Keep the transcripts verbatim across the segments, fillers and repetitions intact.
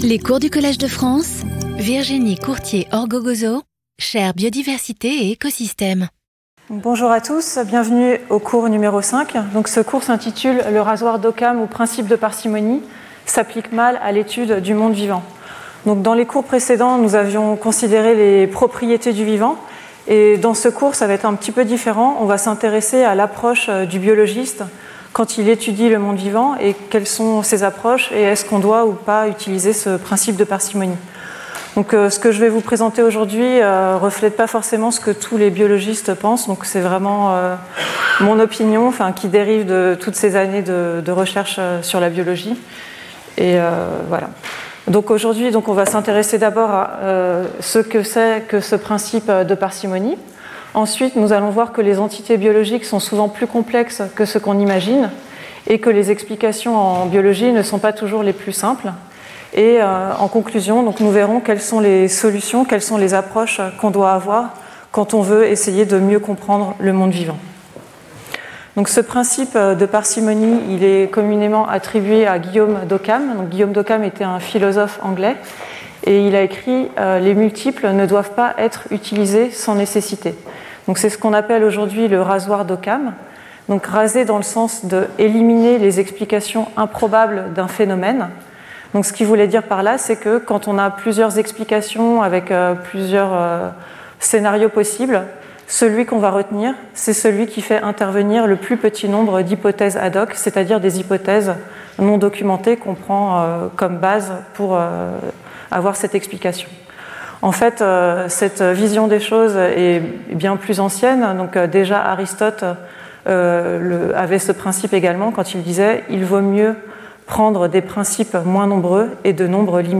Les cours du Collège de France, Virginie Courtier-Orgogozo, chaire biodiversité et écosystème. Bonjour à tous, bienvenue au cours numéro cinq. Donc, ce cours s'intitule « Le rasoir d'Occam ou principe de parcimonie s'applique mal à l'étude du monde vivant ». Donc, dans les cours précédents, nous avions considéré les propriétés du vivant. Et dans ce cours, ça va être un petit peu différent. On va s'intéresser à l'approche du biologiste quand il étudie le monde vivant et quelles sont ses approches et est-ce qu'on doit ou pas utiliser ce principe de parcimonie. Donc, euh, ce que je vais vous présenter aujourd'hui ne euh, reflète pas forcément ce que tous les biologistes pensent. Donc, c'est vraiment euh, mon opinion, enfin, qui dérive de toutes ces années de, de recherche euh, sur la biologie. Et euh, voilà. Donc, aujourd'hui, donc, on va s'intéresser d'abord à euh, ce que c'est que ce principe de parcimonie. Ensuite, nous allons voir que les entités biologiques sont souvent plus complexes que ce qu'on imagine et que les explications en biologie ne sont pas toujours les plus simples. Et euh, en conclusion, donc, nous verrons quelles sont les solutions, quelles sont les approches qu'on doit avoir quand on veut essayer de mieux comprendre le monde vivant. Donc, ce principe de parcimonie, il est communément attribué à Guillaume d'Occam. Donc, Guillaume d'Occam était un philosophe anglais et il a écrit euh, « Les multiples ne doivent pas être utilisés sans nécessité ». Donc, c'est ce qu'on appelle aujourd'hui le rasoir d'Occam. Donc, raser dans le sens d'éliminer les explications improbables d'un phénomène. Donc, ce qu'il voulait dire par là, c'est que quand on a plusieurs explications avec euh, plusieurs euh, scénarios possibles, celui qu'on va retenir, c'est celui qui fait intervenir le plus petit nombre d'hypothèses ad hoc, c'est-à-dire des hypothèses non documentées qu'on prend euh, comme base pour euh, avoir cette explication. En fait, euh, cette vision des choses est bien plus ancienne. Donc, euh, déjà, Aristote euh, le, avait ce principe également quand il disait « il vaut mieux prendre des principes moins nombreux et de nombre limité ».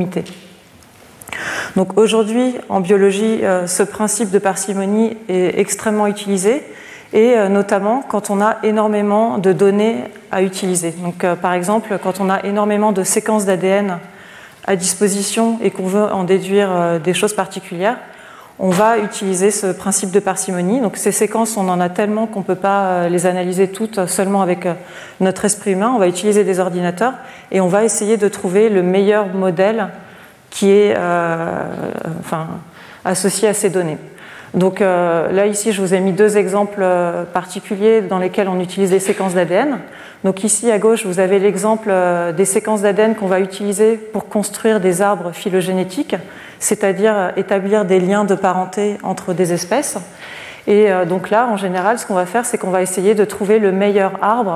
Donc, aujourd'hui, en biologie, euh, ce principe de parcimonie est extrêmement utilisé, et euh, notamment quand on a énormément de données à utiliser. Donc, euh, par exemple, quand on a énormément de séquences d'A D N à disposition et qu'on veut en déduire euh, des choses particulières, on va utiliser ce principe de parcimonie. Donc, ces séquences, on en a tellement qu'on ne peut pas euh, les analyser toutes seulement avec euh, notre esprit humain. On va utiliser des ordinateurs et on va essayer de trouver le meilleur modèle qui est euh, enfin, associé à ces données. Donc euh, là, ici, je vous ai mis deux exemples euh, particuliers dans lesquels on utilise des séquences d'A D N. Donc ici, à gauche, vous avez l'exemple euh, des séquences d'A D N qu'on va utiliser pour construire des arbres phylogénétiques, c'est-à-dire euh, établir des liens de parenté entre des espèces. Et euh, donc là, en général, ce qu'on va faire, c'est qu'on va essayer de trouver le meilleur arbre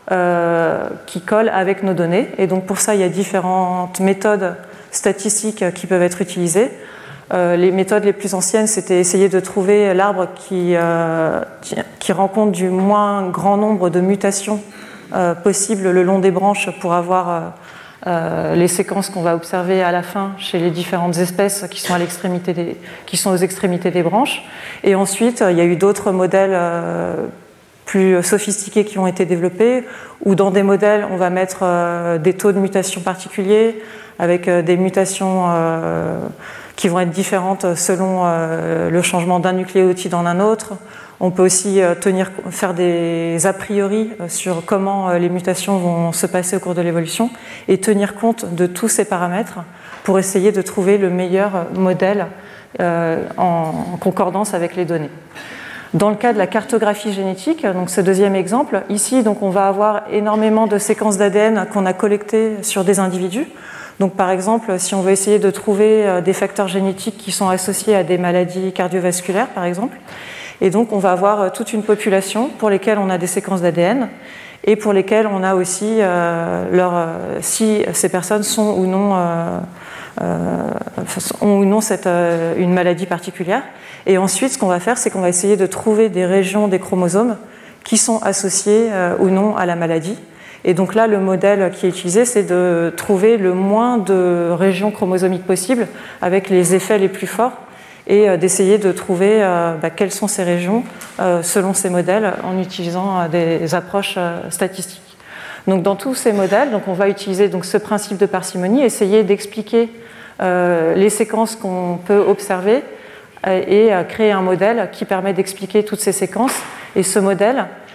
euh, qui colle avec nos données. Et donc pour ça, il y a différentes méthodes statistiques qui peuvent être utilisées. Euh, les méthodes les plus anciennes, c'était essayer de trouver l'arbre qui, euh, qui, qui rencontre du moins grand nombre de mutations euh, possibles le long des branches pour avoir euh, euh, les séquences qu'on va observer à la fin chez les différentes espèces qui sont, à l'extrémité des, qui sont aux extrémités des branches. Et ensuite, il y a eu d'autres modèles euh, plus sophistiqués qui ont été développés, où dans des modèles, on va mettre euh, des taux de mutation particuliers, avec euh, des mutations euh, qui vont être différentes selon euh, le changement d'un nucléotide en un autre. On peut aussi euh, tenir, faire des a priori sur comment euh, les mutations vont se passer au cours de l'évolution et tenir compte de tous ces paramètres pour essayer de trouver le meilleur modèle euh, en, en concordance avec les données. Dans le cas de la cartographie génétique, donc ce deuxième exemple, ici donc on va avoir énormément de séquences d'A D N qu'on a collectées sur des individus. Donc par exemple, si on veut essayer de trouver des facteurs génétiques qui sont associés à des maladies cardiovasculaires, par exemple, et donc on va avoir toute une population pour lesquelles on a des séquences d'A D N et pour lesquelles on a aussi euh, leur, euh, si ces personnes sont ou non, euh, euh, ont ou non cette, euh, une maladie particulière. Et ensuite, ce qu'on va faire, c'est qu'on va essayer de trouver des régions des chromosomes qui sont associées euh, ou non à la maladie. Et donc là, le modèle qui est utilisé, c'est de trouver le moins de régions chromosomiques possibles avec les effets les plus forts et d'essayer de trouver euh, bah, quelles sont ces régions euh, selon ces modèles en utilisant euh, des approches euh, statistiques. Donc dans tous ces modèles, donc on va utiliser donc, ce principe de parcimonie, essayer d'expliquer euh, les séquences qu'on peut observer euh, et euh, créer un modèle qui permet d'expliquer toutes ces séquences. Et ce modèle,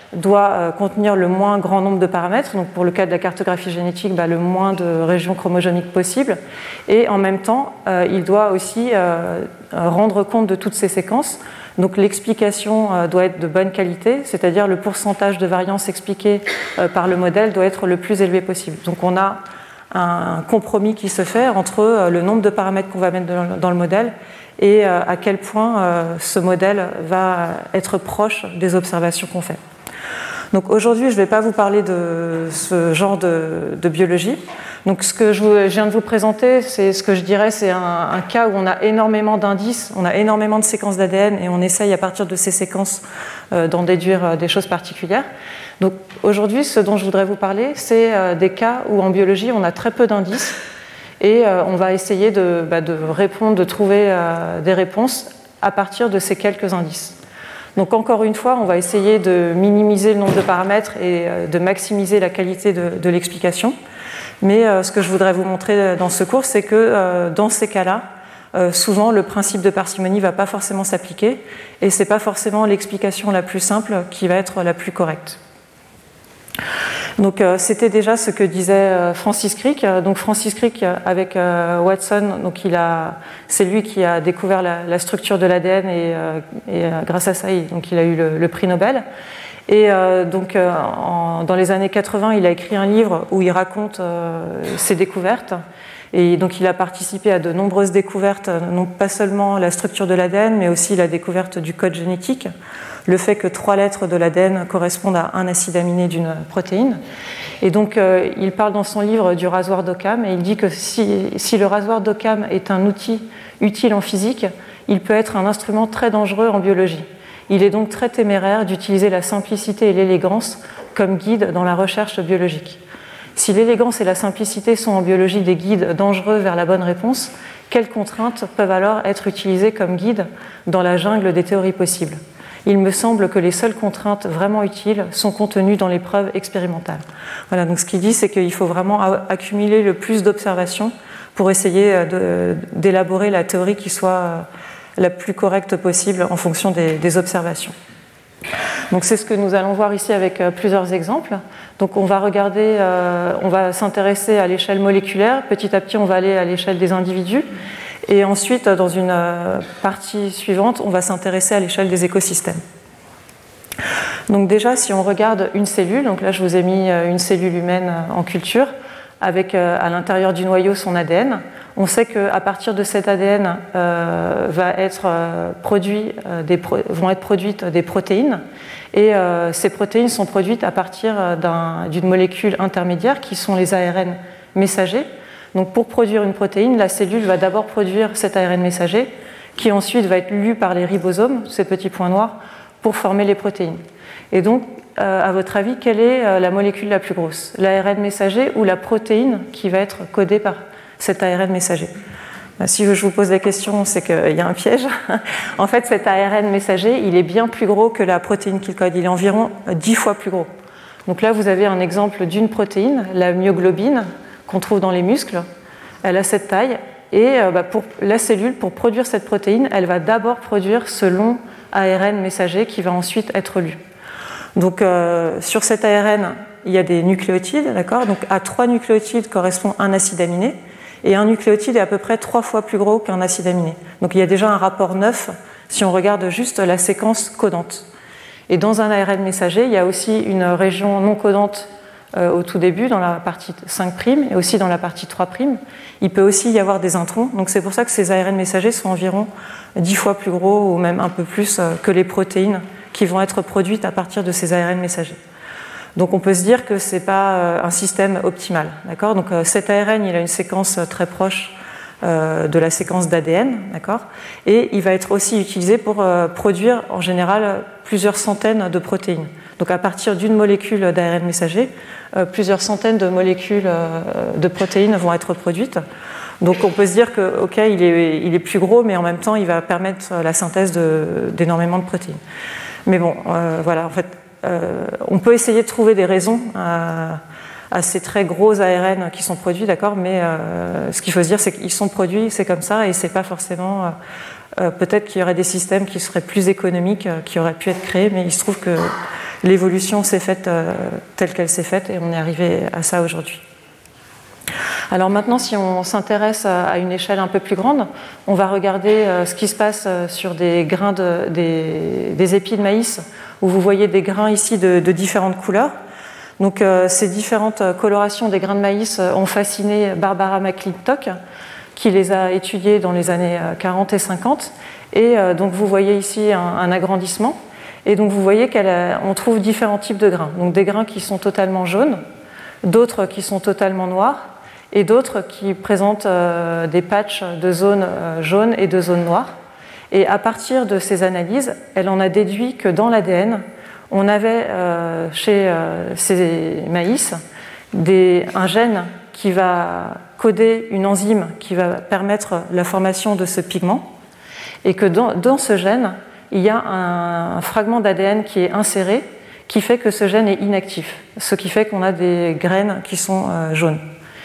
doit euh, contenir le moins grand nombre de paramètres. Donc pour le cas de la cartographie génétique, bah, le moins de régions chromosomiques possible. Et en même temps, euh, il doit aussi euh, rendre compte de toutes ces séquences. Donc l'explication euh, doit être de bonne qualité, c'est-à-dire le pourcentage de variance expliqué euh, par le modèle doit être le plus élevé possible. Donc on a un compromis qui se fait entre euh, le nombre de paramètres qu'on va mettre dans, dans le modèle et euh, à quel point euh, ce modèle va être proche des observations qu'on fait. Donc aujourd'hui, je ne vais pas vous parler de ce genre de, de biologie. Donc ce que je, vous, je viens de vous présenter, c'est ce que je dirais, c'est un, un cas où on a énormément d'indices, on a énormément de séquences d'A D N et on essaye à partir de ces séquences euh, d'en déduire euh, des choses particulières. Donc aujourd'hui, ce dont je voudrais vous parler, c'est euh, des cas où en biologie, on a très peu d'indices et euh, on va essayer de, bah, de répondre, de trouver euh, des réponses à partir de ces quelques indices. Donc encore une fois, on va essayer de minimiser le nombre de paramètres et de maximiser la qualité de, de l'explication. Mais euh, ce que je voudrais vous montrer dans ce cours, c'est que euh, dans ces cas-là, euh, souvent le principe de parcimonie ne va pas forcément s'appliquer et ce n'est pas forcément l'explication la plus simple qui va être la plus correcte. Donc euh, c'était déjà ce que disait euh, Francis Crick. Donc Francis Crick avec euh, Watson, donc il a, c'est lui qui a découvert la, la structure de l'A D N et, euh, et euh, grâce à ça, il, donc il a eu le, le prix Nobel. Et euh, donc euh, en, dans les années quatre-vingts, il a écrit un livre où il raconte euh, ses découvertes. Et donc il a participé à de nombreuses découvertes, non pas seulement la structure de l'A D N, mais aussi la découverte du code génétique, le fait que trois lettres de l'A D N correspondent à un acide aminé d'une protéine. Et donc euh, il parle dans son livre du rasoir d'Occam, et il dit que si, si le rasoir d'Occam est un outil utile en physique, il peut être un instrument très dangereux en biologie. Il est donc très téméraire d'utiliser la simplicité et l'élégance comme guide dans la recherche biologique. Si l'élégance et la simplicité sont en biologie des guides dangereux vers la bonne réponse, quelles contraintes peuvent alors être utilisées comme guides dans la jungle des théories possibles ? Il me semble que les seules contraintes vraiment utiles sont contenues dans les preuves expérimentales. Voilà, donc ce qu'il dit, c'est qu'il faut vraiment accumuler le plus d'observations pour essayer de, d'élaborer la théorie qui soit la plus correcte possible en fonction des, des observations. Donc c'est ce que nous allons voir ici avec plusieurs exemples. Donc on va regarder, euh, on va s'intéresser à l'échelle moléculaire. Petit à petit, on va aller à l'échelle des individus. Et ensuite, dans une partie suivante, on va s'intéresser à l'échelle des écosystèmes. Donc déjà, si on regarde une cellule, donc là je vous ai mis une cellule humaine en culture, avec à l'intérieur du noyau son A D N. On sait qu'à partir de cet A D N euh, va être, euh, produit, euh, des pro- vont être produites des protéines, et euh, ces protéines sont produites à partir d'un, d'une molécule intermédiaire qui sont les A R N messagers. Donc pour produire une protéine, la cellule va d'abord produire cet A R N messager, qui ensuite va être lu par les ribosomes, ces petits points noirs, pour former les protéines. Et donc, euh, à votre avis, quelle est euh, la molécule la plus grosse ? L'A R N messager ou la protéine qui va être codée par cet A R N messager ? Ben, si je vous pose la question, c'est qu'il y a un piège. En fait, cet A R N messager, il est bien plus gros que la protéine qu'il code. Il est environ dix fois plus gros. Donc là, vous avez un exemple d'une protéine, la myoglobine, qu'on trouve dans les muscles. Elle a cette taille. Et euh, bah, pour la cellule, pour produire cette protéine, elle va d'abord produire ce long A R N messager qui va ensuite être lu. Donc euh, sur cet A R N, il y a des nucléotides, d'accord ? Donc à trois nucléotides correspond un acide aminé, et un nucléotide est à peu près trois fois plus gros qu'un acide aminé. Donc il y a déjà un rapport neuf si on regarde juste la séquence codante. Et dans un A R N messager, il y a aussi une région non codante euh, au tout début, dans la partie cinq' et aussi dans la partie trois'. Il peut aussi y avoir des introns, donc c'est pour ça que ces A R N messagers sont environ dix fois plus gros ou même un peu plus euh, que les protéines qui vont être produites à partir de ces A R N messagers. Donc on peut se dire que ce n'est pas un système optimal. D'accord ? Donc cet A R N, il a une séquence très proche euh, de la séquence d'A D N, d'accord ? Et il va être aussi utilisé pour euh, produire en général plusieurs centaines de protéines. Donc à partir d'une molécule d'A R N messager, euh, plusieurs centaines de molécules euh, de protéines vont être produites. Donc on peut se dire que, ok, il est, il est plus gros, mais en même temps, il va permettre la synthèse de, d'énormément de protéines. Mais bon, euh, voilà, en fait, euh, on peut essayer de trouver des raisons à, à ces très gros A R N qui sont produits, d'accord, mais euh, ce qu'il faut se dire, c'est qu'ils sont produits, c'est comme ça, et c'est pas forcément... Euh, euh, peut-être qu'il y aurait des systèmes qui seraient plus économiques, euh, qui auraient pu être créés, mais il se trouve que l'évolution s'est faite euh, telle qu'elle s'est faite et on est arrivé à ça aujourd'hui. Alors maintenant, si on s'intéresse à une échelle un peu plus grande, on va regarder ce qui se passe sur des grains de, des, des épis de maïs, où vous voyez des grains ici de, de différentes couleurs. Donc ces différentes colorations des grains de maïs ont fasciné Barbara McClintock, qui les a étudiés dans les années quarante et cinquante. Et donc vous voyez ici un, un agrandissement. Et donc vous voyez qu'on trouve différents types de grains. Donc des grains qui sont totalement jaunes, d'autres qui sont totalement noirs, et d'autres qui présentent euh, des patchs de zones euh, jaunes et de zones noires. Et à partir de ces analyses, elle en a déduit que dans l'A D N, on avait euh, chez euh, ces maïs des, un gène qui va coder une enzyme qui va permettre la formation de ce pigment, et que dans, dans ce gène, il y a un, un fragment d'A D N qui est inséré, qui fait que ce gène est inactif, ce qui fait qu'on a des graines qui sont euh, jaunes.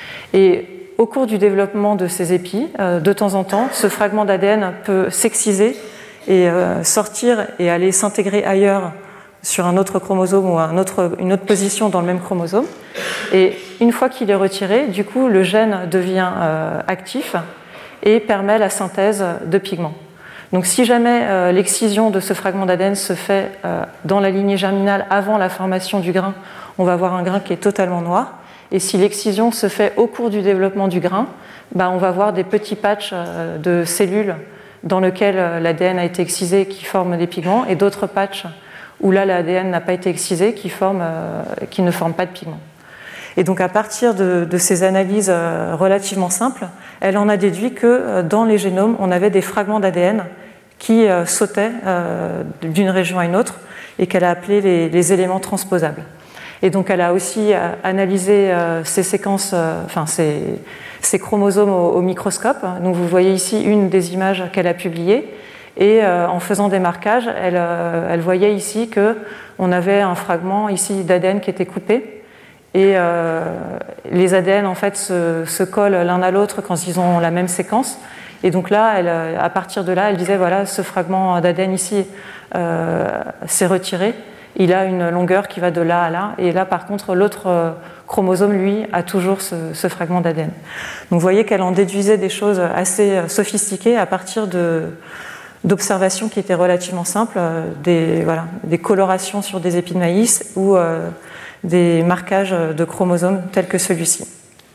Et au cours du développement de ces épis, euh, de temps en temps, ce fragment d'A D N peut s'exciser et euh, sortir et aller s'intégrer ailleurs sur un autre chromosome ou un autre, une autre position dans le même chromosome. Et une fois qu'il est retiré, du coup, le gène devient euh, actif et permet la synthèse de pigments. Donc si jamais euh, l'excision de ce fragment d'A D N se fait euh, dans la lignée germinale avant la formation du grain, on va avoir un grain qui est totalement noir. Et si l'excision se fait au cours du développement du grain, bah on va voir des petits patchs euh, de cellules dans lesquels euh, l'A D N a été excisé qui forment des pigments, et d'autres patchs où là l'A D N n'a pas été excisé qui, forment, euh, qui ne forment pas de pigments. Et donc à partir de, de ces analyses euh, relativement simples, elle en a déduit que euh, dans les génomes, on avait des fragments d'A D N qui euh, sautaient euh, d'une région à une autre et qu'elle a appelés les, les éléments transposables. Et donc elle a aussi euh, analysé euh, ces séquences, euh, enfin ces, ces chromosomes au, au microscope. Donc vous voyez ici une des images qu'elle a publiées. Et euh, en faisant des marquages, elle, euh, elle voyait ici qu'on avait un fragment ici d'A D N qui était coupé. Et euh, les A D N en fait se, se collent l'un à l'autre quand ils ont la même séquence. Et donc là, elle, à partir de là, elle disait voilà, ce fragment d'A D N ici euh, s'est retiré. Il a une longueur qui va de là à là. Et là, par contre, l'autre chromosome, lui, a toujours ce, ce fragment d'A D N. Donc vous voyez qu'elle en déduisait des choses assez sophistiquées à partir de, d'observations qui étaient relativement simples, des, voilà, des colorations sur des épis de maïs ou euh, des marquages de chromosomes tels que celui-ci.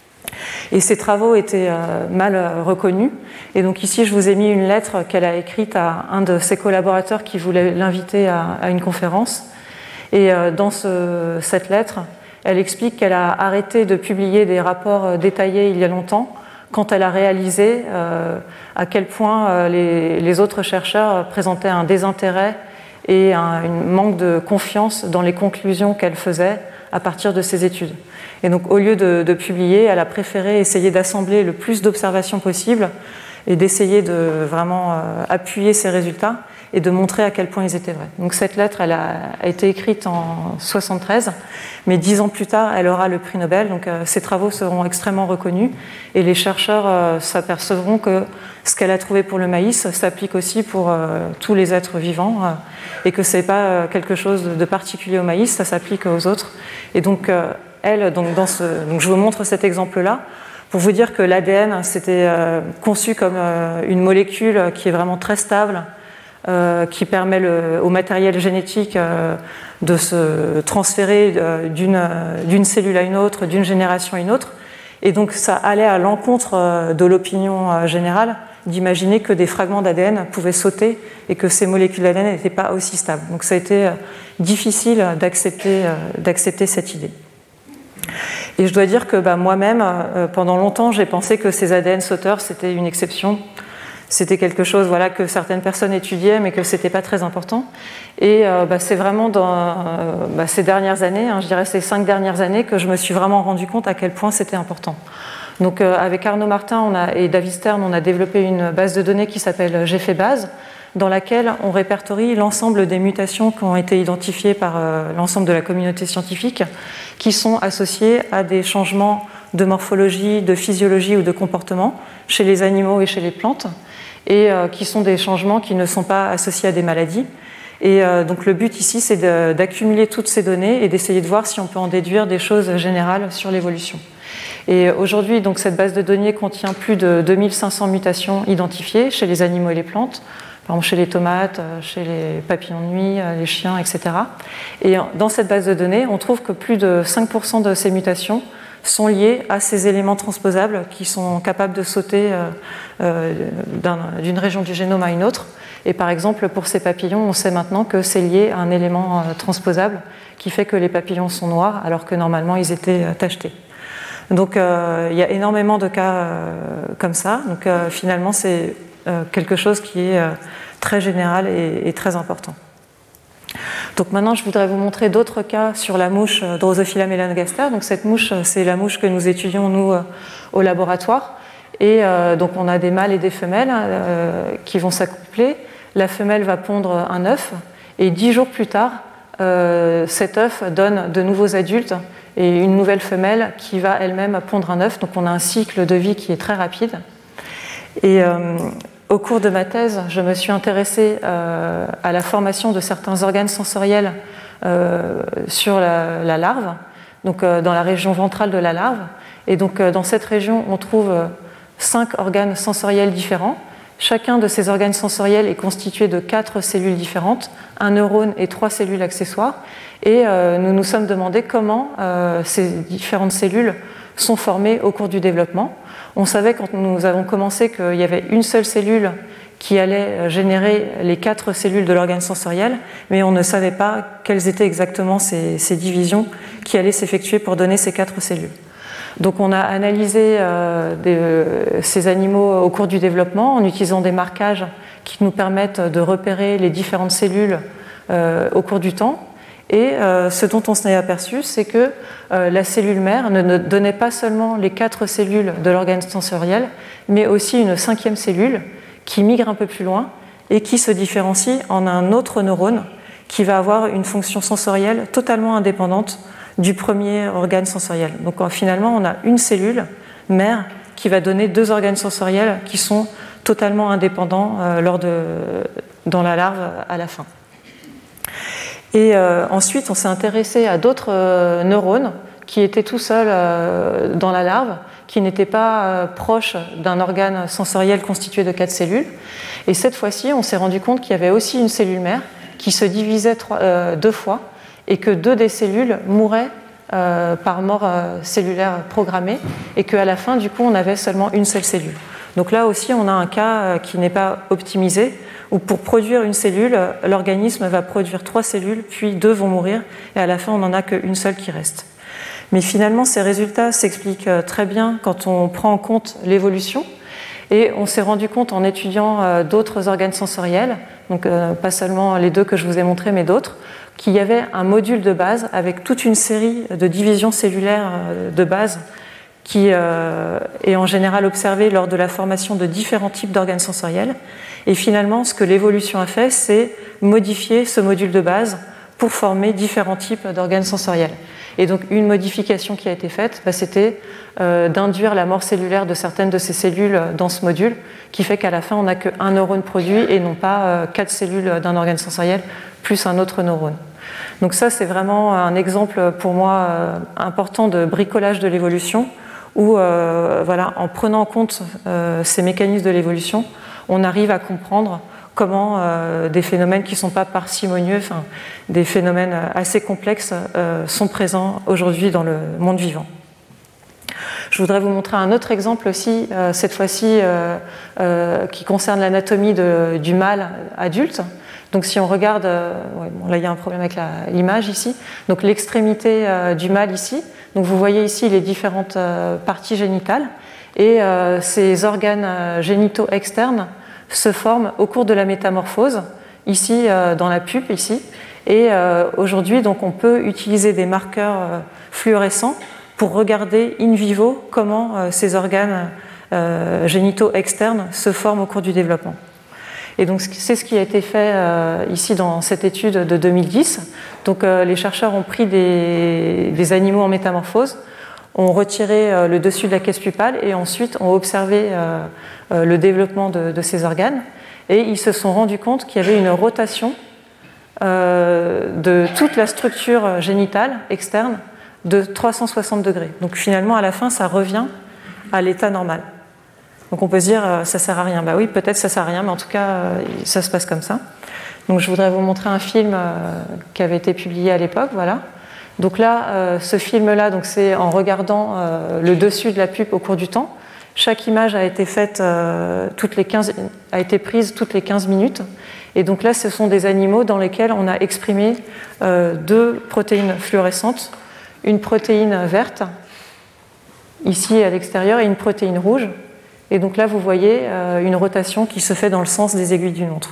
Et ces travaux étaient euh, mal reconnus. Et donc ici, je vous ai mis une lettre qu'elle a écrite à un de ses collaborateurs qui voulait l'inviter à, à une conférence. Et euh, dans ce, cette lettre, elle explique qu'elle a arrêté de publier des rapports détaillés il y a longtemps, quand elle a réalisé euh, à quel point euh, les, les autres chercheurs présentaient un désintérêt et un une manque de confiance dans les conclusions qu'elle faisait à partir de ses études. Et donc, au lieu de, de publier, elle a préféré essayer d'assembler le plus d'observations possible et d'essayer de vraiment euh, appuyer ses résultats et de montrer à quel point ils étaient vrais. Donc cette lettre, elle a, a été écrite en soixante-treize, mais dix ans plus tard, elle aura le prix Nobel. Donc euh, ses travaux seront extrêmement reconnus et les chercheurs euh, s'apercevront que ce qu'elle a trouvé pour le maïs s'applique aussi pour euh, tous les êtres vivants euh, et que c'est pas euh, quelque chose de particulier au maïs, ça s'applique aux autres. Et donc euh, elle, donc, dans ce, donc je vous montre cet exemple-là pour vous dire que l'A D N, c'était euh, conçu comme euh, une molécule qui est vraiment très stable, Euh, qui permet le, au matériel génétique euh, de se transférer euh, d'une, euh, d'une cellule à une autre, d'une génération à une autre. Et donc ça allait à l'encontre euh, de l'opinion euh, générale d'imaginer que des fragments d'A D N pouvaient sauter et que ces molécules d'A D N n'étaient pas aussi stables. Donc ça a été euh, difficile d'accepter, euh, d'accepter cette idée. Et je dois dire que bah, moi-même, euh, pendant longtemps, j'ai pensé que ces A D N sauteurs, c'était une exception. C'était quelque chose voilà, que certaines personnes étudiaient, mais que ce n'était pas très important. Et euh, bah, c'est vraiment dans euh, bah, ces dernières années, hein, je dirais ces cinq dernières années, que je me suis vraiment rendu compte à quel point c'était important. Donc euh, avec Arnaud Martin on a, et David Stern, on a développé une base de données qui s'appelle GFEBase, dans laquelle on répertorie l'ensemble des mutations qui ont été identifiées par euh, l'ensemble de la communauté scientifique, qui sont associées à des changements de morphologie, de physiologie ou de comportement chez les animaux et chez les plantes, et euh, qui sont des changements qui ne sont pas associés à des maladies. Et euh, donc le but ici, c'est de, d'accumuler toutes ces données et d'essayer de voir si on peut en déduire des choses générales sur l'évolution. Et aujourd'hui, donc, cette base de données contient plus de deux mille cinq cents mutations identifiées chez les animaux et les plantes, par exemple chez les tomates, chez les papillons de nuit, les chiens, et cetera. Et dans cette base de données, on trouve que plus de cinq pour cent de ces mutations sont liées à ces éléments transposables qui sont capables de sauter euh, euh, d'un, d'une région du génome à une autre. Et par exemple, pour ces papillons, on sait maintenant que c'est lié à un élément euh, transposable qui fait que les papillons sont noirs alors que normalement ils étaient euh, tachetés. Donc euh, il y a énormément de cas euh, comme ça. Donc euh, finalement, c'est euh, quelque chose qui est euh, très général et, et très important. Donc maintenant, je voudrais vous montrer d'autres cas sur la mouche Drosophila melanogaster. Donc cette mouche, c'est la mouche que nous étudions, nous, euh, au laboratoire. Et euh, donc on a des mâles et des femelles euh, qui vont s'accoupler. La femelle va pondre un œuf et dix jours plus tard, euh, cet œuf donne de nouveaux adultes et une nouvelle femelle qui va elle-même pondre un œuf. Donc on a un cycle de vie qui est très rapide. Et euh, au cours de ma thèse, je me suis intéressée euh, à la formation de certains organes sensoriels euh, sur la, la larve, donc euh, dans la région ventrale de la larve. Et donc euh, dans cette région, on trouve euh, cinq organes sensoriels différents. Chacun de ces organes sensoriels est constitué de quatre cellules différentes, un neurone et trois cellules accessoires. Et euh, nous nous sommes demandé comment euh, ces différentes cellules sont formées au cours du développement. On savait quand nous avons commencé qu'il y avait une seule cellule qui allait générer les quatre cellules de l'organe sensoriel, mais on ne savait pas quelles étaient exactement ces, ces divisions qui allaient s'effectuer pour donner ces quatre cellules. Donc on a analysé euh, des, euh, ces animaux au cours du développement en utilisant des marquages qui nous permettent de repérer les différentes cellules euh, au cours du temps. Et euh, ce dont on s'est aperçu, c'est que euh, la cellule mère ne, ne donnait pas seulement les quatre cellules de l'organe sensoriel, mais aussi une cinquième cellule qui migre un peu plus loin et qui se différencie en un autre neurone qui va avoir une fonction sensorielle totalement indépendante du premier organe sensoriel. Donc finalement, on a une cellule mère qui va donner deux organes sensoriels qui sont totalement indépendants euh, lors de, dans la larve à la fin. Et euh, ensuite, on s'est intéressé à d'autres euh, neurones qui étaient tout seuls euh, dans la larve, qui n'étaient pas euh, proches d'un organe sensoriel constitué de quatre cellules. Et cette fois-ci, on s'est rendu compte qu'il y avait aussi une cellule mère qui se divisait trois, euh, deux fois et que deux des cellules mouraient euh, par mort euh, cellulaire programmée et qu'à la fin, du coup, on avait seulement une seule cellule. Donc là aussi, on a un cas euh, qui n'est pas optimisé, où pour produire une cellule, l'organisme va produire trois cellules, puis deux vont mourir, et à la fin, on n'en a qu'une seule qui reste. Mais finalement, ces résultats s'expliquent très bien quand on prend en compte l'évolution, et on s'est rendu compte en étudiant d'autres organes sensoriels, donc pas seulement les deux que je vous ai montrés, mais d'autres, qu'il y avait un module de base avec toute une série de divisions cellulaires de base qui euh, est en général observé lors de la formation de différents types d'organes sensoriels. Et finalement, ce que l'évolution a fait, c'est modifier ce module de base pour former différents types d'organes sensoriels. Et donc, une modification qui a été faite, bah, c'était euh, d'induire la mort cellulaire de certaines de ces cellules dans ce module, qui fait qu'à la fin, on n'a qu'un neurone produit et non pas euh, quatre cellules d'un organe sensoriel plus un autre neurone. Donc ça, c'est vraiment un exemple pour moi euh, important de bricolage de l'évolution, où euh, voilà, en prenant en compte euh, ces mécanismes de l'évolution, on arrive à comprendre comment euh, des phénomènes qui ne sont pas parcimonieux, enfin, des phénomènes assez complexes euh, sont présents aujourd'hui dans le monde vivant. Je voudrais vous montrer un autre exemple aussi, euh, cette fois-ci euh, euh, qui concerne l'anatomie du mâle adulte. Donc si on regarde, euh, ouais, bon, là il y a un problème avec la, l'image ici, donc l'extrémité euh, du mâle ici, donc vous voyez ici les différentes euh, parties génitales, et euh, ces organes euh, génitaux externes se forment au cours de la métamorphose, ici euh, dans la pupe, ici, et euh, aujourd'hui donc on peut utiliser des marqueurs euh, fluorescents pour regarder in vivo comment euh, ces organes euh, génitaux externes se forment au cours du développement. Et donc c'est ce qui a été fait euh, ici dans cette étude de deux mille dix. Donc euh, les chercheurs ont pris des, des animaux en métamorphose, ont retiré euh, le dessus de la caisse pupale et ensuite ont observé euh, euh, le développement de, de ces organes. Et ils se sont rendus compte qu'il y avait une rotation euh, de toute la structure génitale externe de trois cent soixante degrés. Donc finalement, à la fin, ça revient à l'état normal. Donc on peut se dire, euh, ça ne sert à rien. Bah oui, peut-être ça ne sert à rien, mais en tout cas, euh, ça se passe comme ça. Donc je voudrais vous montrer un film euh, qui avait été publié à l'époque, voilà. Donc là, euh, ce film-là, donc c'est en regardant euh, le dessus de la pupe au cours du temps. Chaque image a été faite euh, toutes les quinze, a été prise toutes les quinze minutes. Et donc là, ce sont des animaux dans lesquels on a exprimé euh, deux protéines fluorescentes, une protéine verte, ici à l'extérieur, et une protéine rouge. Et donc là, vous voyez euh, une rotation qui se fait dans le sens des aiguilles d'une montre.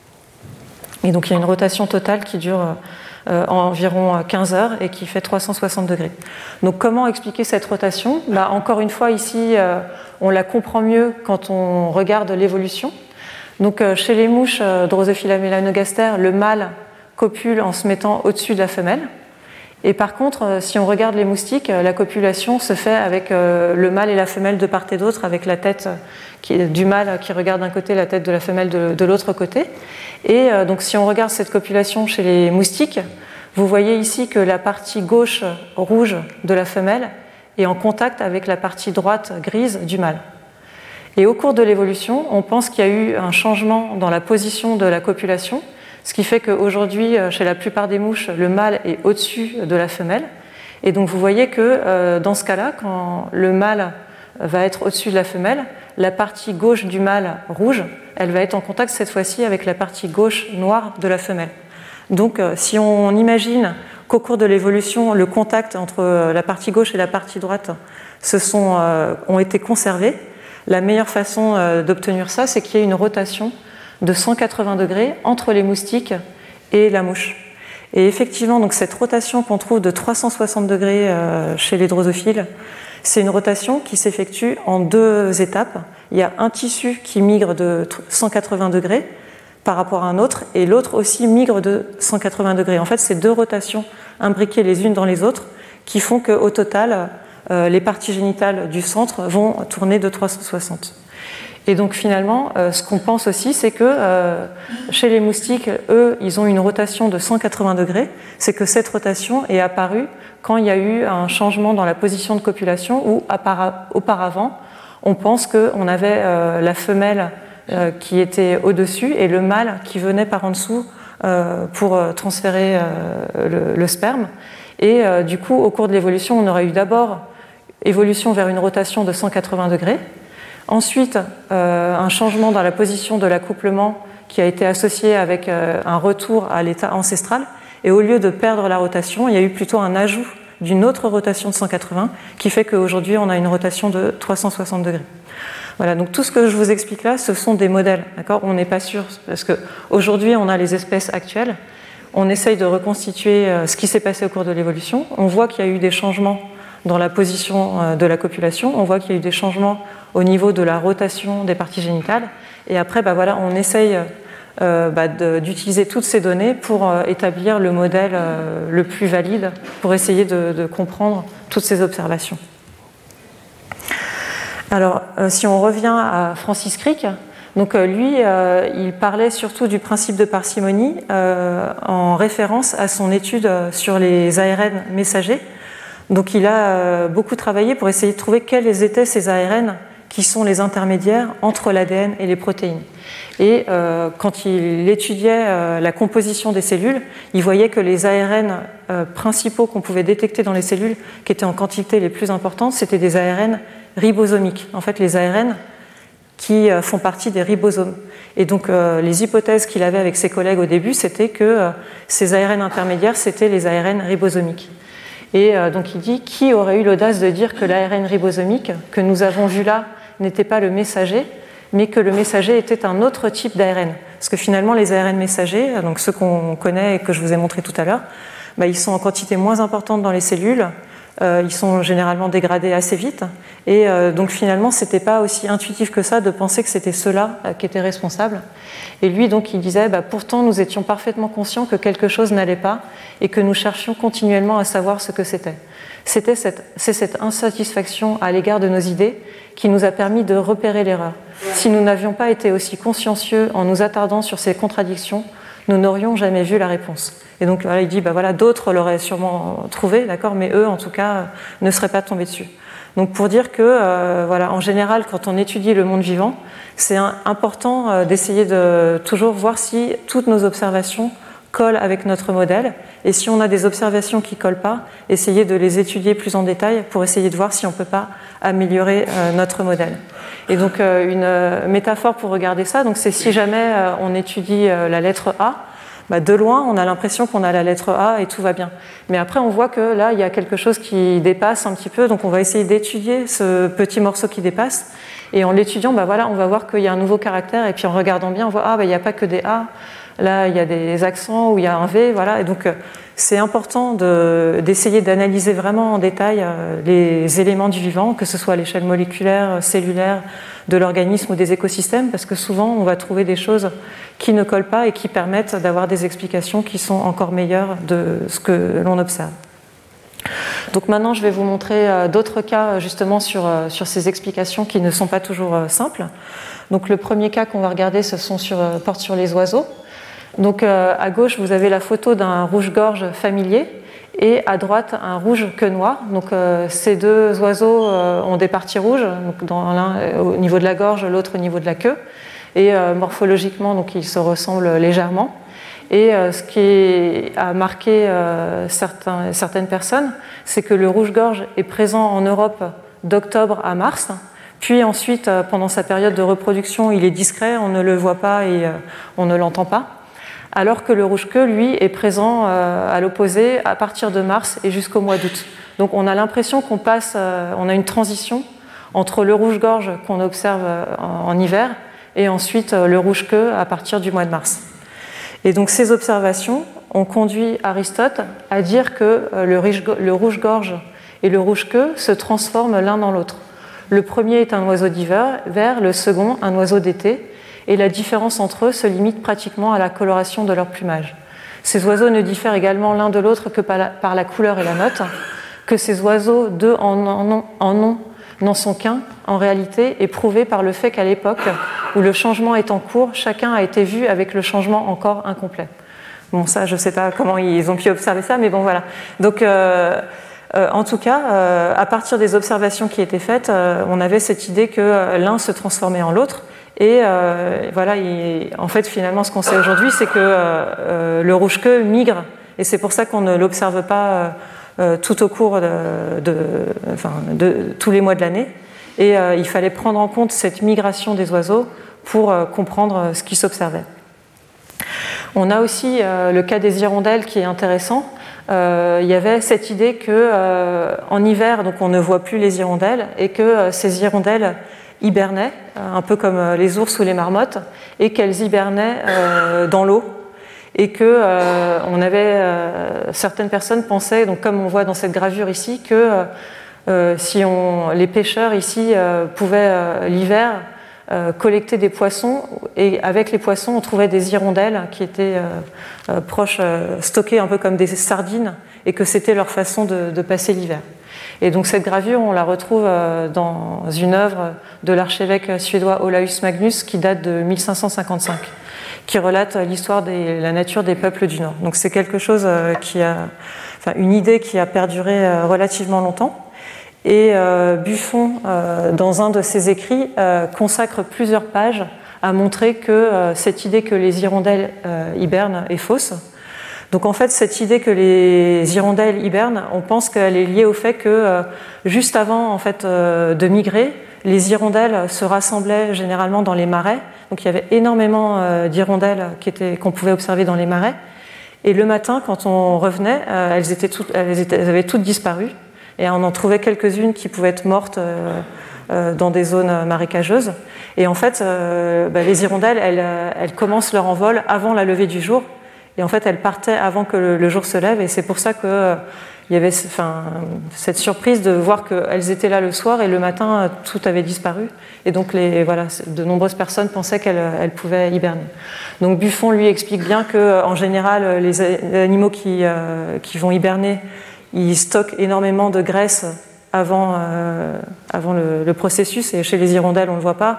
Et donc il y a une rotation totale qui dure euh, environ quinze heures et qui fait trois cent soixante degrés. Donc comment expliquer cette rotation ? Bah, encore une fois, ici, euh, on la comprend mieux quand on regarde l'évolution. Donc euh, chez les mouches euh, Drosophila melanogaster, le mâle copule en se mettant au-dessus de la femelle. Et par contre, euh, si on regarde les moustiques, euh, la copulation se fait avec euh, le mâle et la femelle de part et d'autre, avec la tête euh, qui est du mâle qui regarde d'un côté, la tête de la femelle de, de l'autre côté. Et euh, donc si on regarde cette copulation chez les moustiques, vous voyez ici que la partie gauche rouge de la femelle est en contact avec la partie droite grise du mâle. Et au cours de l'évolution, on pense qu'il y a eu un changement dans la position de la copulation, ce qui fait qu'aujourd'hui, chez la plupart des mouches, le mâle est au-dessus de la femelle. Et donc vous voyez que euh, dans ce cas-là, quand le mâle va être au-dessus de la femelle, la partie gauche du mâle rouge, elle va être en contact cette fois-ci avec la partie gauche noire de la femelle. Donc euh, si on imagine qu'au cours de l'évolution, le contact entre la partie gauche et la partie droite se sont, euh, ont été conservés, la meilleure façon euh, d'obtenir ça, c'est qu'il y ait une rotation de cent quatre-vingts degrés entre les moustiques et la mouche. Et effectivement, donc cette rotation qu'on trouve de trois cent soixante degrés euh, chez les drosophiles, c'est une rotation qui s'effectue en deux étapes. Il y a un tissu qui migre de cent quatre-vingts degrés par rapport à un autre, et l'autre aussi migre de cent quatre-vingts degrés. En fait, c'est deux rotations imbriquées les unes dans les autres qui font qu'au total, euh, les parties génitales du centre vont tourner de trois cent soixante. Et donc finalement, euh, ce qu'on pense aussi, c'est que euh, chez les moustiques, eux, ils ont une rotation de cent quatre-vingts degrés. C'est que cette rotation est apparue quand il y a eu un changement dans la position de copulation où auparavant, on pense qu'on avait euh, la femelle euh, qui était au-dessus et le mâle qui venait par en dessous euh, pour transférer euh, le, le sperme. Et euh, du coup, au cours de l'évolution, on aurait eu d'abord évolution vers une rotation de cent quatre-vingts degrés. Ensuite, euh, un changement dans la position de l'accouplement qui a été associé avec euh, un retour à l'état ancestral. Et au lieu de perdre la rotation, il y a eu plutôt un ajout d'une autre rotation de cent quatre-vingts qui fait qu'aujourd'hui, on a une rotation de trois cent soixante degrés. Voilà, donc tout ce que je vous explique là, ce sont des modèles, d'accord ? On n'est pas sûr, parce qu'aujourd'hui, on a les espèces actuelles. On essaye de reconstituer euh, ce qui s'est passé au cours de l'évolution. On voit qu'il y a eu des changements dans la position euh, de la copulation. On voit qu'il y a eu des changements au niveau de la rotation des parties génitales. Et après, bah voilà, on essaye euh, bah, de, d'utiliser toutes ces données pour euh, établir le modèle euh, le plus valide, pour essayer de, de comprendre toutes ces observations. Alors, euh, si on revient à Francis Crick, donc euh, lui, euh, il parlait surtout du principe de parcimonie euh, en référence à son étude sur les A R N messagers. Donc il a euh, beaucoup travaillé pour essayer de trouver quels étaient ces A R N qui sont les intermédiaires entre l'A D N et les protéines. Et euh, quand il étudiait euh, la composition des cellules, il voyait que les A R N euh, principaux qu'on pouvait détecter dans les cellules, qui étaient en quantité les plus importantes, c'était des A R N ribosomiques. En fait, les A R N qui euh, font partie des ribosomes. Et donc, euh, les hypothèses qu'il avait avec ses collègues au début, c'était que euh, ces A R N intermédiaires, c'était les A R N ribosomiques. Et euh, donc, il dit, qui aurait eu l'audace de dire que l'A R N ribosomique que nous avons vu là n'était pas le messager, mais que le messager était un autre type d'A R N. Parce que finalement, les A R N messagers, donc ceux qu'on connaît et que je vous ai montré tout à l'heure, bah, ils sont en quantité moins importante dans les cellules, euh, ils sont généralement dégradés assez vite, et euh, donc finalement, c'était pas aussi intuitif que ça de penser que c'était ceux-là euh, qui étaient responsables. Et lui, donc, il disait, bah, pourtant, nous étions parfaitement conscients que quelque chose n'allait pas, et que nous cherchions continuellement à savoir ce que c'était. C'était cette, c'est cette insatisfaction à l'égard de nos idées qui nous a permis de repérer l'erreur. Si nous n'avions pas été aussi consciencieux en nous attardant sur ces contradictions, nous n'aurions jamais vu la réponse. Et donc voilà, il dit, bah voilà, d'autres l'auraient sûrement trouvé, d'accord, mais eux, en tout cas, ne seraient pas tombés dessus. Donc pour dire que, euh, voilà, en général, quand on étudie le monde vivant, c'est un, important euh, d'essayer de toujours voir si toutes nos observations collent avec notre modèle. Et si on a des observations qui ne collent pas, essayer de les étudier plus en détail pour essayer de voir si on ne peut pas améliorer euh, notre modèle. Et donc euh, une euh, métaphore pour regarder ça, donc c'est si jamais euh, on étudie euh, la lettre A, bah de loin on a l'impression qu'on a la lettre A et tout va bien. Mais après on voit que là il y a quelque chose qui dépasse un petit peu, donc on va essayer d'étudier ce petit morceau qui dépasse. Et en l'étudiant, bah voilà, on va voir qu'il y a un nouveau caractère, et puis en regardant bien, on voit ah bah il n'y a pas que des A. Là, il y a des accents ou il y a un V, voilà. Et donc, c'est important de, d'essayer d'analyser vraiment en détail les éléments du vivant, que ce soit à l'échelle moléculaire, cellulaire, de l'organisme ou des écosystèmes, parce que souvent, on va trouver des choses qui ne collent pas et qui permettent d'avoir des explications qui sont encore meilleures de ce que l'on observe. Donc maintenant, je vais vous montrer d'autres cas justement sur, sur ces explications qui ne sont pas toujours simples. Donc le premier cas qu'on va regarder, ce sont sur, porte sur les oiseaux. Donc euh, à gauche, vous avez la photo d'un rouge-gorge familier et à droite, un rouge queue noire. Donc euh, ces deux oiseaux euh, ont des parties rouges, donc dans l'un euh, au niveau de la gorge, l'autre au niveau de la queue. Et euh, morphologiquement, donc, ils se ressemblent légèrement. Et euh, ce qui a marqué euh, certains, certaines personnes, c'est que le rouge-gorge est présent en Europe d'octobre à mars. Puis ensuite, euh, pendant sa période de reproduction, il est discret, on ne le voit pas et euh, on ne l'entend pas. Alors que le rouge-queue, lui, est présent euh, à l'opposé à partir de mars et jusqu'au mois d'août. Donc on a l'impression qu'on passe, euh, on a une transition entre le rouge-gorge qu'on observe euh, en, en hiver et ensuite euh, le rouge-queue à partir du mois de mars. Et donc ces observations ont conduit Aristote à dire que euh, le rouge-gorge et le rouge-queue se transforment l'un dans l'autre. Le premier est un oiseau d'hiver, le second un oiseau d'été. Et la différence entre eux se limite pratiquement à la coloration de leur plumage. Ces oiseaux ne diffèrent également l'un de l'autre que par la, par la couleur et la note, que ces oiseaux, deux en nom, en nom n'en sont qu'un, en réalité, est prouvé par le fait qu'à l'époque où le changement est en cours, chacun a été vu avec le changement encore incomplet. Bon, ça, je ne sais pas comment ils ont pu observer ça, mais bon, voilà. Donc, euh, euh, en tout cas, euh, à partir des observations qui étaient faites, euh, on avait cette idée que euh, l'un se transformait en l'autre. Et euh, voilà, il, en fait, finalement, ce qu'on sait aujourd'hui, c'est que euh, le rouge-queue migre, et c'est pour ça qu'on ne l'observe pas euh, tout au cours de, de, enfin, de tous les mois de l'année. Et euh, il fallait prendre en compte cette migration des oiseaux pour euh, comprendre ce qui s'observait. On a aussi euh, le cas des hirondelles qui est intéressant. Euh, il y avait cette idée que euh, en hiver, donc on ne voit plus les hirondelles, et que euh, ces hirondelles hibernaient, un peu comme les ours ou les marmottes, et qu'elles hibernaient euh, dans l'eau, et que euh, on avait euh, certaines personnes pensaient, donc comme on voit dans cette gravure ici, que euh, si on, les pêcheurs ici euh, pouvaient euh, l'hiver euh, collecter des poissons, et avec les poissons on trouvait des hirondelles qui étaient euh, euh, proches, euh, stockées un peu comme des sardines, et que c'était leur façon de, de passer l'hiver. Et donc cette gravure, on la retrouve dans une œuvre de l'archevêque suédois Olaus Magnus qui date de mille cinq cent cinquante-cinq, qui relate l'histoire de la nature des peuples du Nord. Donc c'est quelque chose qui a, enfin une idée qui a perduré relativement longtemps. Et euh, Buffon, euh, dans un de ses écrits, euh, consacre plusieurs pages à montrer que euh, cette idée que les hirondelles euh, hibernent est fausse. Donc en fait, cette idée que les hirondelles hibernent, on pense qu'elle est liée au fait que euh, juste avant en fait, euh, de migrer, les hirondelles se rassemblaient généralement dans les marais. Donc il y avait énormément euh, d'hirondelles qui étaient, qu'on pouvait observer dans les marais. Et le matin, quand on revenait, euh, elles, étaient toutes, elles, étaient, elles avaient toutes disparu. Et on en trouvait quelques-unes qui pouvaient être mortes euh, euh, dans des zones marécageuses. Et en fait, euh, bah, les hirondelles, elles, elles commencent leur envol avant la levée du jour. Et en fait, elles partaient avant que le, le jour se lève, et c'est pour ça qu'il euh, y avait enfin, cette surprise de voir qu'elles étaient là le soir, et le matin, tout avait disparu. Et donc, les, voilà, de nombreuses personnes pensaient qu'elles elles pouvaient hiberner. Donc, Buffon, lui, explique bien qu'en général, les animaux qui, euh, qui vont hiberner, ils stockent énormément de graisse avant, euh, avant le, le processus, et chez les hirondelles, on ne le voit pas.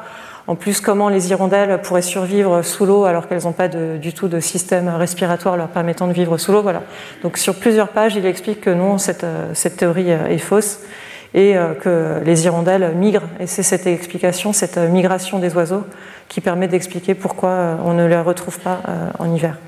En plus, comment les hirondelles pourraient survivre sous l'eau alors qu'elles n'ont pas de, du tout de système respiratoire leur permettant de vivre sous l'eau. Voilà. Donc sur plusieurs pages, il explique que non, cette, cette théorie est fausse et que les hirondelles migrent. Et c'est cette explication, cette migration des oiseaux qui permet d'expliquer pourquoi on ne les retrouve pas en hiver.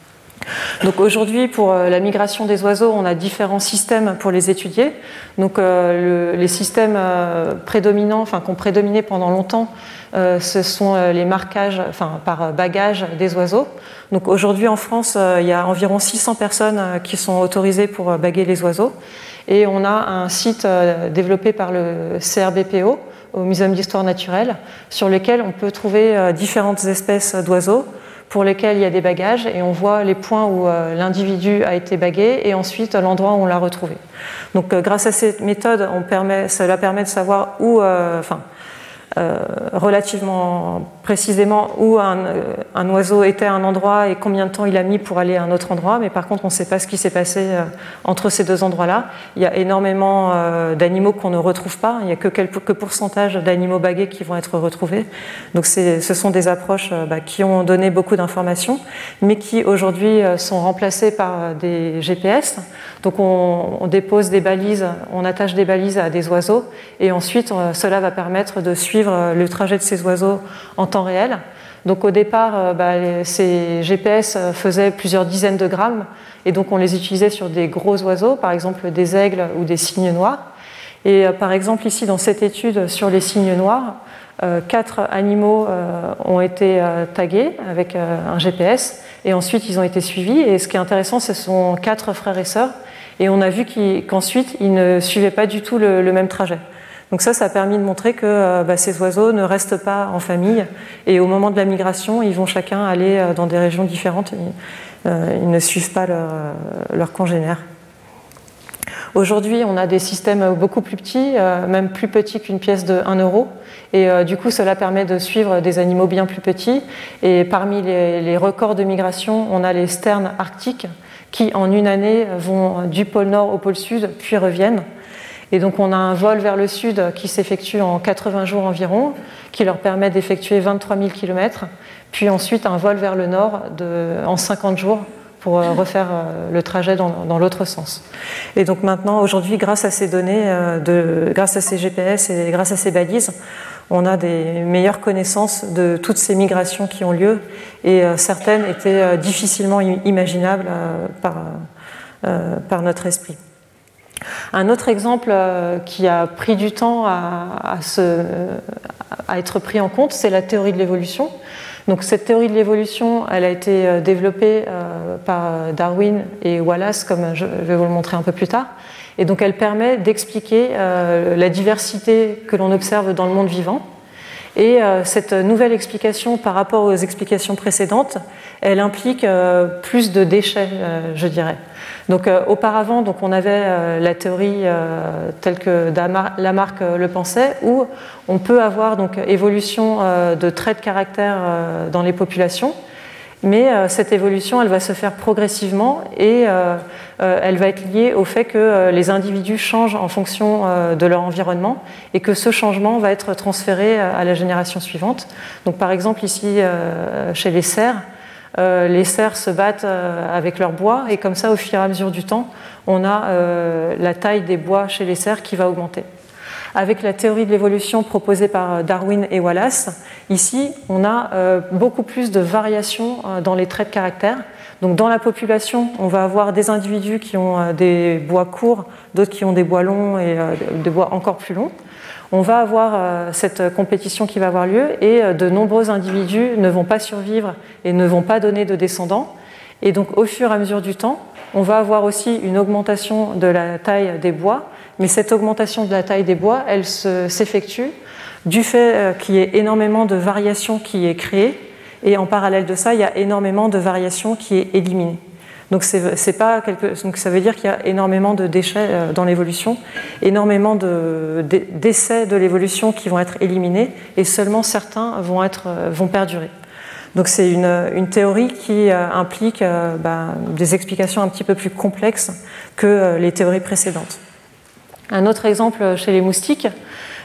Donc aujourd'hui, pour la migration des oiseaux, on a différents systèmes pour les étudier. Donc euh, le, les systèmes euh, prédominants, enfin qui ont prédominé pendant longtemps, euh, ce sont les marquages, enfin par bagage des oiseaux. Donc aujourd'hui en France, euh, il y a environ six cents personnes qui sont autorisées pour baguer les oiseaux, et on a un site euh, développé par le C R B P O, au Muséum d'Histoire Naturelle, sur lequel on peut trouver euh, différentes espèces d'oiseaux, pour lesquels il y a des bagages, et on voit les points où euh, l'individu a été bagué et ensuite l'endroit où on l'a retrouvé. Donc euh, grâce à cette méthode, on permet, cela permet de savoir où, euh, enfin, euh, relativement précisément où un, euh, un oiseau était à un endroit et combien de temps il a mis pour aller à un autre endroit, mais par contre on ne sait pas ce qui s'est passé euh, entre ces deux endroits-là. Il y a énormément euh, d'animaux qu'on ne retrouve pas, il n'y a que quelques pourcentages d'animaux bagués qui vont être retrouvés. Donc c'est, ce sont des approches euh, bah, qui ont donné beaucoup d'informations, mais qui aujourd'hui euh, sont remplacées par des G P S. Donc on, on dépose des balises, on attache des balises à des oiseaux, et ensuite euh, cela va permettre de suivre le trajet de ces oiseaux en temps réel. Donc au départ, bah, ces G P S faisaient plusieurs dizaines de grammes, et donc on les utilisait sur des gros oiseaux, par exemple des aigles ou des cygnes noirs. Et euh, par exemple ici dans cette étude sur les cygnes noirs, euh, quatre animaux euh, ont été euh, tagués avec euh, un G P S, et ensuite ils ont été suivis. Et ce qui est intéressant, ce sont quatre frères et sœurs, et on a vu qu'ils, qu'ensuite ils ne suivaient pas du tout le, le même trajet. Donc ça, ça a permis de montrer que euh, bah, ces oiseaux ne restent pas en famille, et au moment de la migration, ils vont chacun aller euh, dans des régions différentes. Ils, euh, ils ne suivent pas leurs leur congénères. Aujourd'hui, on a des systèmes beaucoup plus petits, euh, même plus petits qu'une pièce de un euro, et euh, du coup, cela permet de suivre des animaux bien plus petits. Et parmi les, les records de migration, on a les sternes arctiques qui, en une année, vont du pôle Nord au pôle Sud, puis reviennent. Et donc on a un vol vers le sud qui s'effectue en quatre-vingts jours environ, qui leur permet d'effectuer vingt-trois mille kilomètres, puis ensuite un vol vers le nord de, en cinquante jours pour refaire le trajet dans, dans l'autre sens. Et donc maintenant, aujourd'hui, grâce à ces données, de, grâce à ces G P S et grâce à ces balises, on a des meilleures connaissances de toutes ces migrations qui ont lieu, et certaines étaient difficilement imaginables par, par notre esprit. Un autre exemple qui a pris du temps à, à, se, à être pris en compte, c'est la théorie de l'évolution. Donc cette théorie de l'évolution, elle a été développée par Darwin et Wallace, comme je vais vous le montrer un peu plus tard. Et donc elle permet d'expliquer la diversité que l'on observe dans le monde vivant. Et cette nouvelle explication par rapport aux explications précédentes, elle implique plus de déchets, je dirais. Donc euh, auparavant, donc, on avait euh, la théorie euh, telle que Lamarck le pensait, où on peut avoir donc, évolution euh, de traits de caractère euh, dans les populations, mais euh, cette évolution, elle va se faire progressivement, et euh, euh, elle va être liée au fait que euh, les individus changent en fonction euh, de leur environnement, et que ce changement va être transféré à la génération suivante. Donc par exemple ici, euh, chez les cerfs, Euh, les cerfs se battent euh, avec leur bois, et comme ça, au fur et à mesure du temps, on a euh, la taille des bois chez les cerfs qui va augmenter. Avec la théorie de l'évolution proposée par Darwin et Wallace, ici, on a euh, beaucoup plus de variations euh, dans les traits de caractère. Donc dans la population, on va avoir des individus qui ont euh, des bois courts, d'autres qui ont des bois longs et euh, des bois encore plus longs. On va avoir euh, cette compétition qui va avoir lieu, et euh, de nombreux individus ne vont pas survivre et ne vont pas donner de descendants. Et donc au fur et à mesure du temps, on va avoir aussi une augmentation de la taille des bois, mais cette augmentation de la taille des bois, elle se, s'effectue du fait euh, qu'il y ait énormément de variations qui est créée, et en parallèle de ça, il y a énormément de variations qui est éliminée. Donc, c'est, c'est pas quelque... Donc ça veut dire qu'il y a énormément de déchets dans l'évolution, énormément de, d'essais de l'évolution qui vont être éliminés, et seulement certains vont, être, vont perdurer. Donc c'est une, une théorie qui implique bah, des explications un petit peu plus complexes que les théories précédentes. Un autre exemple chez les moustiques,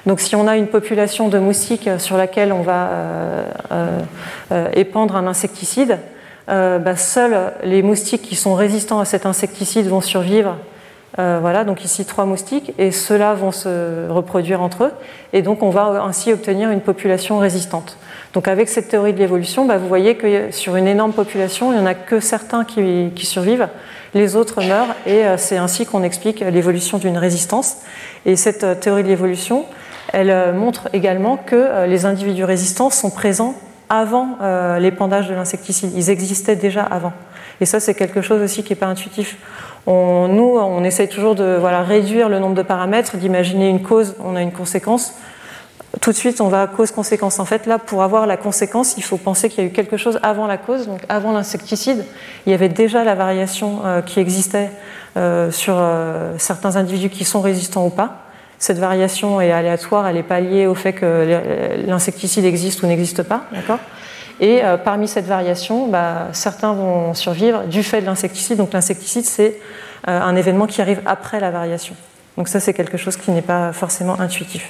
Donc si on a une population de moustiques sur laquelle on va euh, euh, épandre un insecticide, euh, bah, seuls les moustiques qui sont résistants à cet insecticide vont survivre. Euh, voilà, donc ici trois moustiques, et ceux-là vont se reproduire entre eux, et donc on va ainsi obtenir une population résistante. Donc avec cette théorie de l'évolution, bah, vous voyez que sur une énorme population, il n'y en a que certains qui, qui survivent, les autres meurent, et euh, c'est ainsi qu'on explique l'évolution d'une résistance. Et cette euh, théorie de l'évolution, elle euh, montre également que euh, les individus résistants sont présents avant euh, l'épandage de l'insecticide, ils existaient déjà avant. Et ça, c'est quelque chose aussi qui n'est pas intuitif. On, nous, on essaye toujours de voilà, réduire le nombre de paramètres, d'imaginer une cause, on a une conséquence. Tout de suite, on va à cause-conséquence. En fait, là, pour avoir la conséquence, il faut penser qu'il y a eu quelque chose avant la cause. Donc, avant l'insecticide, il y avait déjà la variation euh, qui existait euh, sur euh, certains individus qui sont résistants ou pas. Cette variation est aléatoire, elle n'est pas liée au fait que l'insecticide existe ou n'existe pas, d'accord ? Et euh, parmi cette variation, bah, certains vont survivre du fait de l'insecticide. Donc l'insecticide, c'est euh, un événement qui arrive après la variation. Donc ça, c'est quelque chose qui n'est pas forcément intuitif.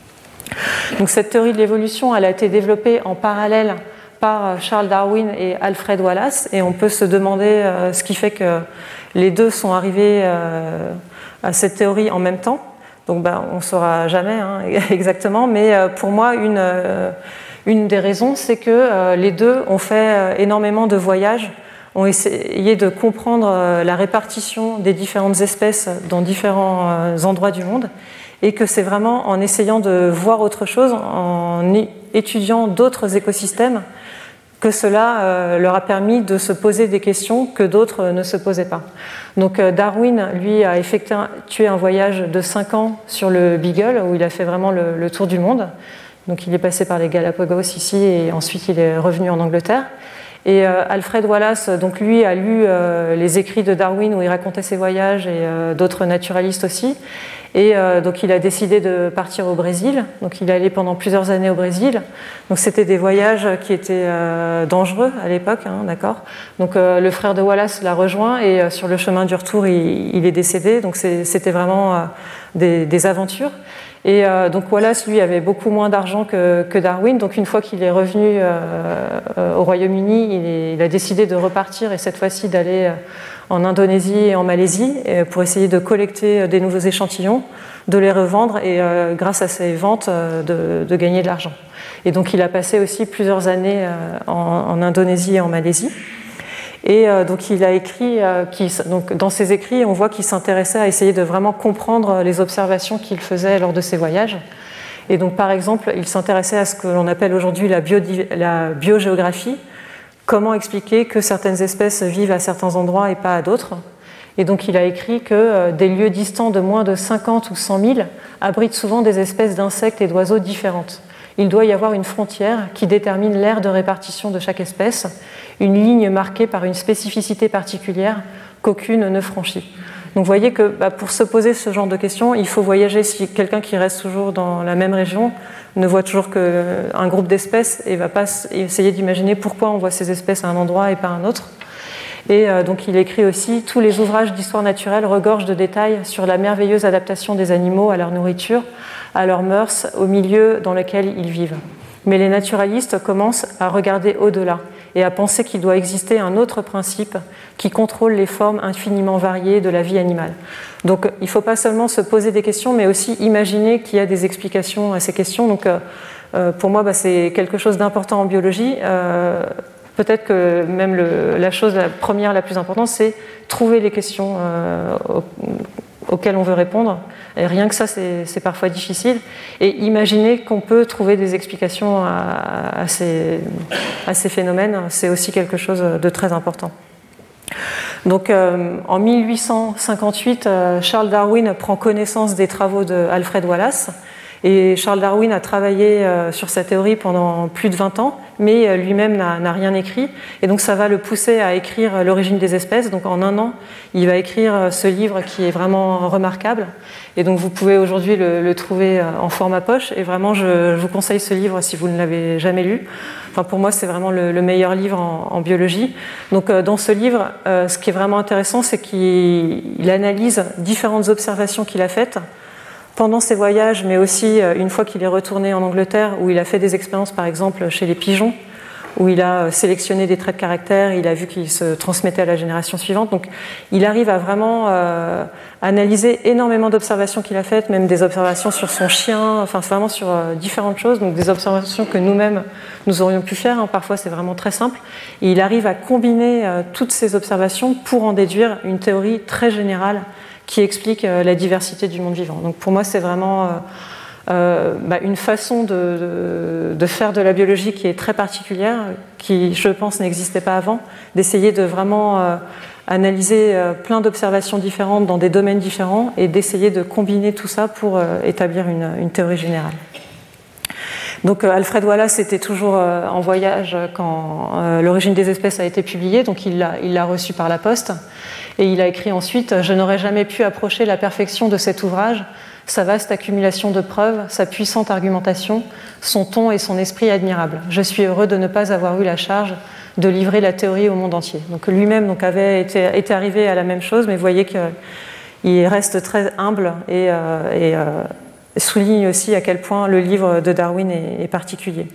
Donc cette théorie de l'évolution, elle a été développée en parallèle par Charles Darwin et Alfred Wallace. Et on peut se demander euh, ce qui fait que les deux sont arrivés euh, à cette théorie en même temps. Donc bah, on ne saura jamais hein, exactement. Mais euh, pour moi, une... Euh, Une des raisons, c'est que euh, les deux ont fait euh, énormément de voyages, ont essayé de comprendre euh, la répartition des différentes espèces dans différents euh, endroits du monde, et que c'est vraiment en essayant de voir autre chose, en étudiant d'autres écosystèmes, que cela euh, leur a permis de se poser des questions que d'autres euh, ne se posaient pas. Donc euh, Darwin, lui, a effectué un voyage de cinq ans sur le Beagle, où il a fait vraiment le, le tour du monde. Donc il est passé par les Galapagos ici et ensuite il est revenu en Angleterre. Et euh, Alfred Wallace, donc lui, a lu euh, les écrits de Darwin où il racontait ses voyages et euh, d'autres naturalistes aussi. Et euh, donc il a décidé de partir au Brésil. Donc il est allé pendant plusieurs années au Brésil. Donc c'était des voyages qui étaient euh, dangereux à l'époque, hein, d'accord. Donc euh, le frère de Wallace l'a rejoint et euh, sur le chemin du retour, il, il est décédé. Donc c'était vraiment euh, des, des aventures. Et euh, donc Wallace, lui, avait beaucoup moins d'argent que, que Darwin. Donc une fois qu'il est revenu euh, euh, au Royaume-Uni, il, est, il a décidé de repartir et cette fois-ci d'aller en Indonésie et en Malaisie pour essayer de collecter des nouveaux échantillons, de les revendre et euh, grâce à ces ventes, euh, de, de gagner de l'argent. Et donc il a passé aussi plusieurs années euh, en, en Indonésie et en Malaisie. Et euh, donc il a écrit, euh, qui, donc dans ses écrits, on voit qu'il s'intéressait à essayer de vraiment comprendre les observations qu'il faisait lors de ses voyages. Et donc par exemple, il s'intéressait à ce que l'on appelle aujourd'hui la, la biogéographie. Comment expliquer que certaines espèces vivent à certains endroits et pas à d'autres. Et donc il a écrit que euh, des lieux distants de moins de cinquante ou cent mille abritent souvent des espèces d'insectes et d'oiseaux différentes. Il doit y avoir une frontière qui détermine l'aire de répartition de chaque espèce, une ligne marquée par une spécificité particulière qu'aucune ne franchit. Donc vous voyez que bah, pour se poser ce genre de questions, il faut voyager. Si quelqu'un qui reste toujours dans la même région ne voit toujours qu'un groupe d'espèces et ne va pas essayer d'imaginer pourquoi on voit ces espèces à un endroit et pas à un autre. Et euh, donc il écrit aussi « Tous les ouvrages d'histoire naturelle regorgent de détails sur la merveilleuse adaptation des animaux à leur nourriture, à leurs mœurs, au milieu dans lequel ils vivent. Mais les naturalistes commencent à regarder au-delà et à penser qu'il doit exister un autre principe qui contrôle les formes infiniment variées de la vie animale. » Donc il ne faut pas seulement se poser des questions, mais aussi imaginer qu'il y a des explications à ces questions. Donc euh, pour moi, bah, c'est quelque chose d'important en biologie. Euh, Peut-être que même le, la chose la première, la plus importante, c'est trouver les questions euh, auxquelles on veut répondre. Et rien que ça, c'est parfois difficile. Et imaginer qu'on peut trouver des explications à, à, ces, à ces phénomènes, c'est aussi quelque chose de très important. Donc, euh, en mille huit cent cinquante-huit, euh, Charles Darwin prend connaissance des travaux d'Alfred Wallace. Et Charles Darwin a travaillé euh, sur sa théorie pendant plus de vingt ans, mais euh, lui-même n'a rien écrit. Et donc ça va le pousser à écrire l'origine des espèces. Donc en un an, il va écrire euh, ce livre qui est vraiment remarquable. Et donc vous pouvez aujourd'hui le, le trouver euh, en format poche. Et vraiment, je, je vous conseille ce livre si vous ne l'avez jamais lu. Enfin, pour moi, c'est vraiment le, le meilleur livre en, en biologie. Donc euh, dans ce livre, euh, ce qui est vraiment intéressant, c'est qu'il analyse différentes observations qu'il a faites pendant ses voyages, mais aussi une fois qu'il est retourné en Angleterre, où il a fait des expériences, par exemple, chez les pigeons, où il a sélectionné des traits de caractère, il a vu qu'ils se transmettaient à la génération suivante. Donc il arrive à vraiment euh, analyser énormément d'observations qu'il a faites, même des observations sur son chien, enfin vraiment sur euh, différentes choses, donc des observations que nous-mêmes nous aurions pu faire, hein. Parfois c'est vraiment très simple. Et il arrive à combiner euh, toutes ces observations pour en déduire une théorie très générale qui explique euh, la diversité du monde vivant. Donc pour moi c'est vraiment... Euh, Euh, bah, une façon de, de, de faire de la biologie qui est très particulière, qui, je pense, n'existait pas avant, d'essayer de vraiment euh, analyser euh, plein d'observations différentes dans des domaines différents et d'essayer de combiner tout ça pour euh, établir une, une théorie générale. Donc euh, Alfred Wallace était toujours euh, en voyage quand euh, L'origine des espèces a été publiée, donc il l'a, il l'a reçu par la poste, et il a écrit ensuite « Je n'aurais jamais pu approcher la perfection de cet ouvrage, sa vaste accumulation de preuves, sa puissante argumentation, son ton et son esprit admirables. Je suis heureux de ne pas avoir eu la charge de livrer la théorie au monde entier. » Donc lui-même donc, avait été, été arrivé à la même chose, mais vous voyez qu'il reste très humble et, euh, et euh, souligne aussi à quel point le livre de Darwin est, est particulier.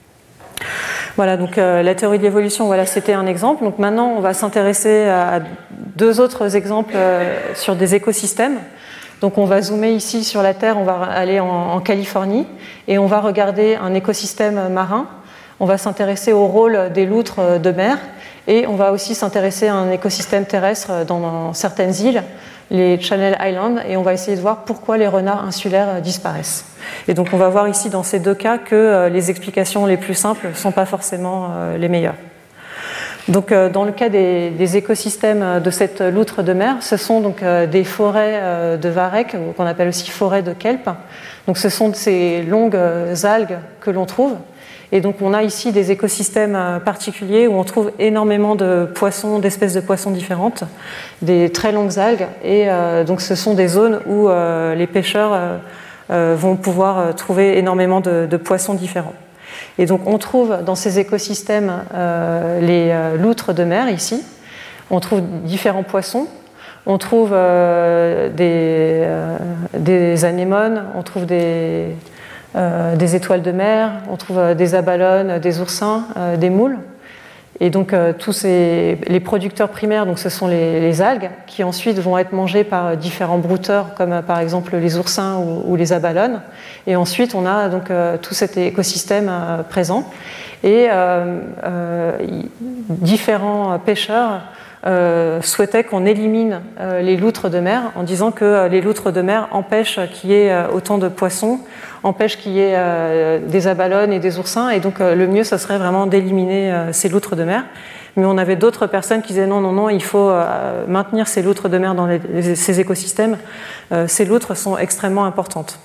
Voilà, donc euh, la théorie de l'évolution, voilà, c'était un exemple. Donc maintenant, on va s'intéresser à deux autres exemples euh, sur des écosystèmes. Donc on va zoomer ici sur la Terre, on va aller en, en Californie et on va regarder un écosystème marin. On va s'intéresser au rôle des loutres de mer et on va aussi s'intéresser à un écosystème terrestre dans certaines îles, les Channel Islands, et on va essayer de voir pourquoi les renards insulaires disparaissent. Et donc on va voir ici dans ces deux cas que les explications les plus simples ne sont pas forcément les meilleures. Donc, euh, dans le cas des, des écosystèmes de cette loutre de mer, ce sont donc euh, des forêts euh, de varech, qu'on appelle aussi forêts de kelp. Donc, ce sont ces longues euh, algues que l'on trouve. Et donc, on a ici des écosystèmes euh, particuliers où on trouve énormément de poissons, d'espèces de poissons différentes, des très longues algues. Et euh, donc, ce sont des zones où euh, les pêcheurs euh, euh, vont pouvoir euh, trouver énormément de, de poissons différents. Et donc on trouve dans ces écosystèmes euh, les euh, loutres de mer ici, on trouve différents poissons, on trouve euh, des, euh, des anémones, on trouve des, euh, des étoiles de mer, on trouve euh, des abalones, des oursins, euh, des moules. Et donc euh, tous ces, les producteurs primaires, donc ce sont les, les algues, qui ensuite vont être mangées par différents brouteurs, comme euh, par exemple les oursins ou, ou les abalones. Et ensuite, on a donc euh, tout cet écosystème euh, présent. Et euh, euh, différents pêcheurs euh, souhaitaient qu'on élimine euh, les loutres de mer en disant que euh, les loutres de mer empêchent qu'il y ait euh, autant de poissons, empêchent qu'il y ait euh, des abalones et des oursins, et donc euh, le mieux, ce serait vraiment d'éliminer euh, ces loutres de mer. Mais on avait d'autres personnes qui disaient non, non, non, il faut euh, maintenir ces loutres de mer dans les, les, ces écosystèmes. Euh, ces loutres sont extrêmement importantes.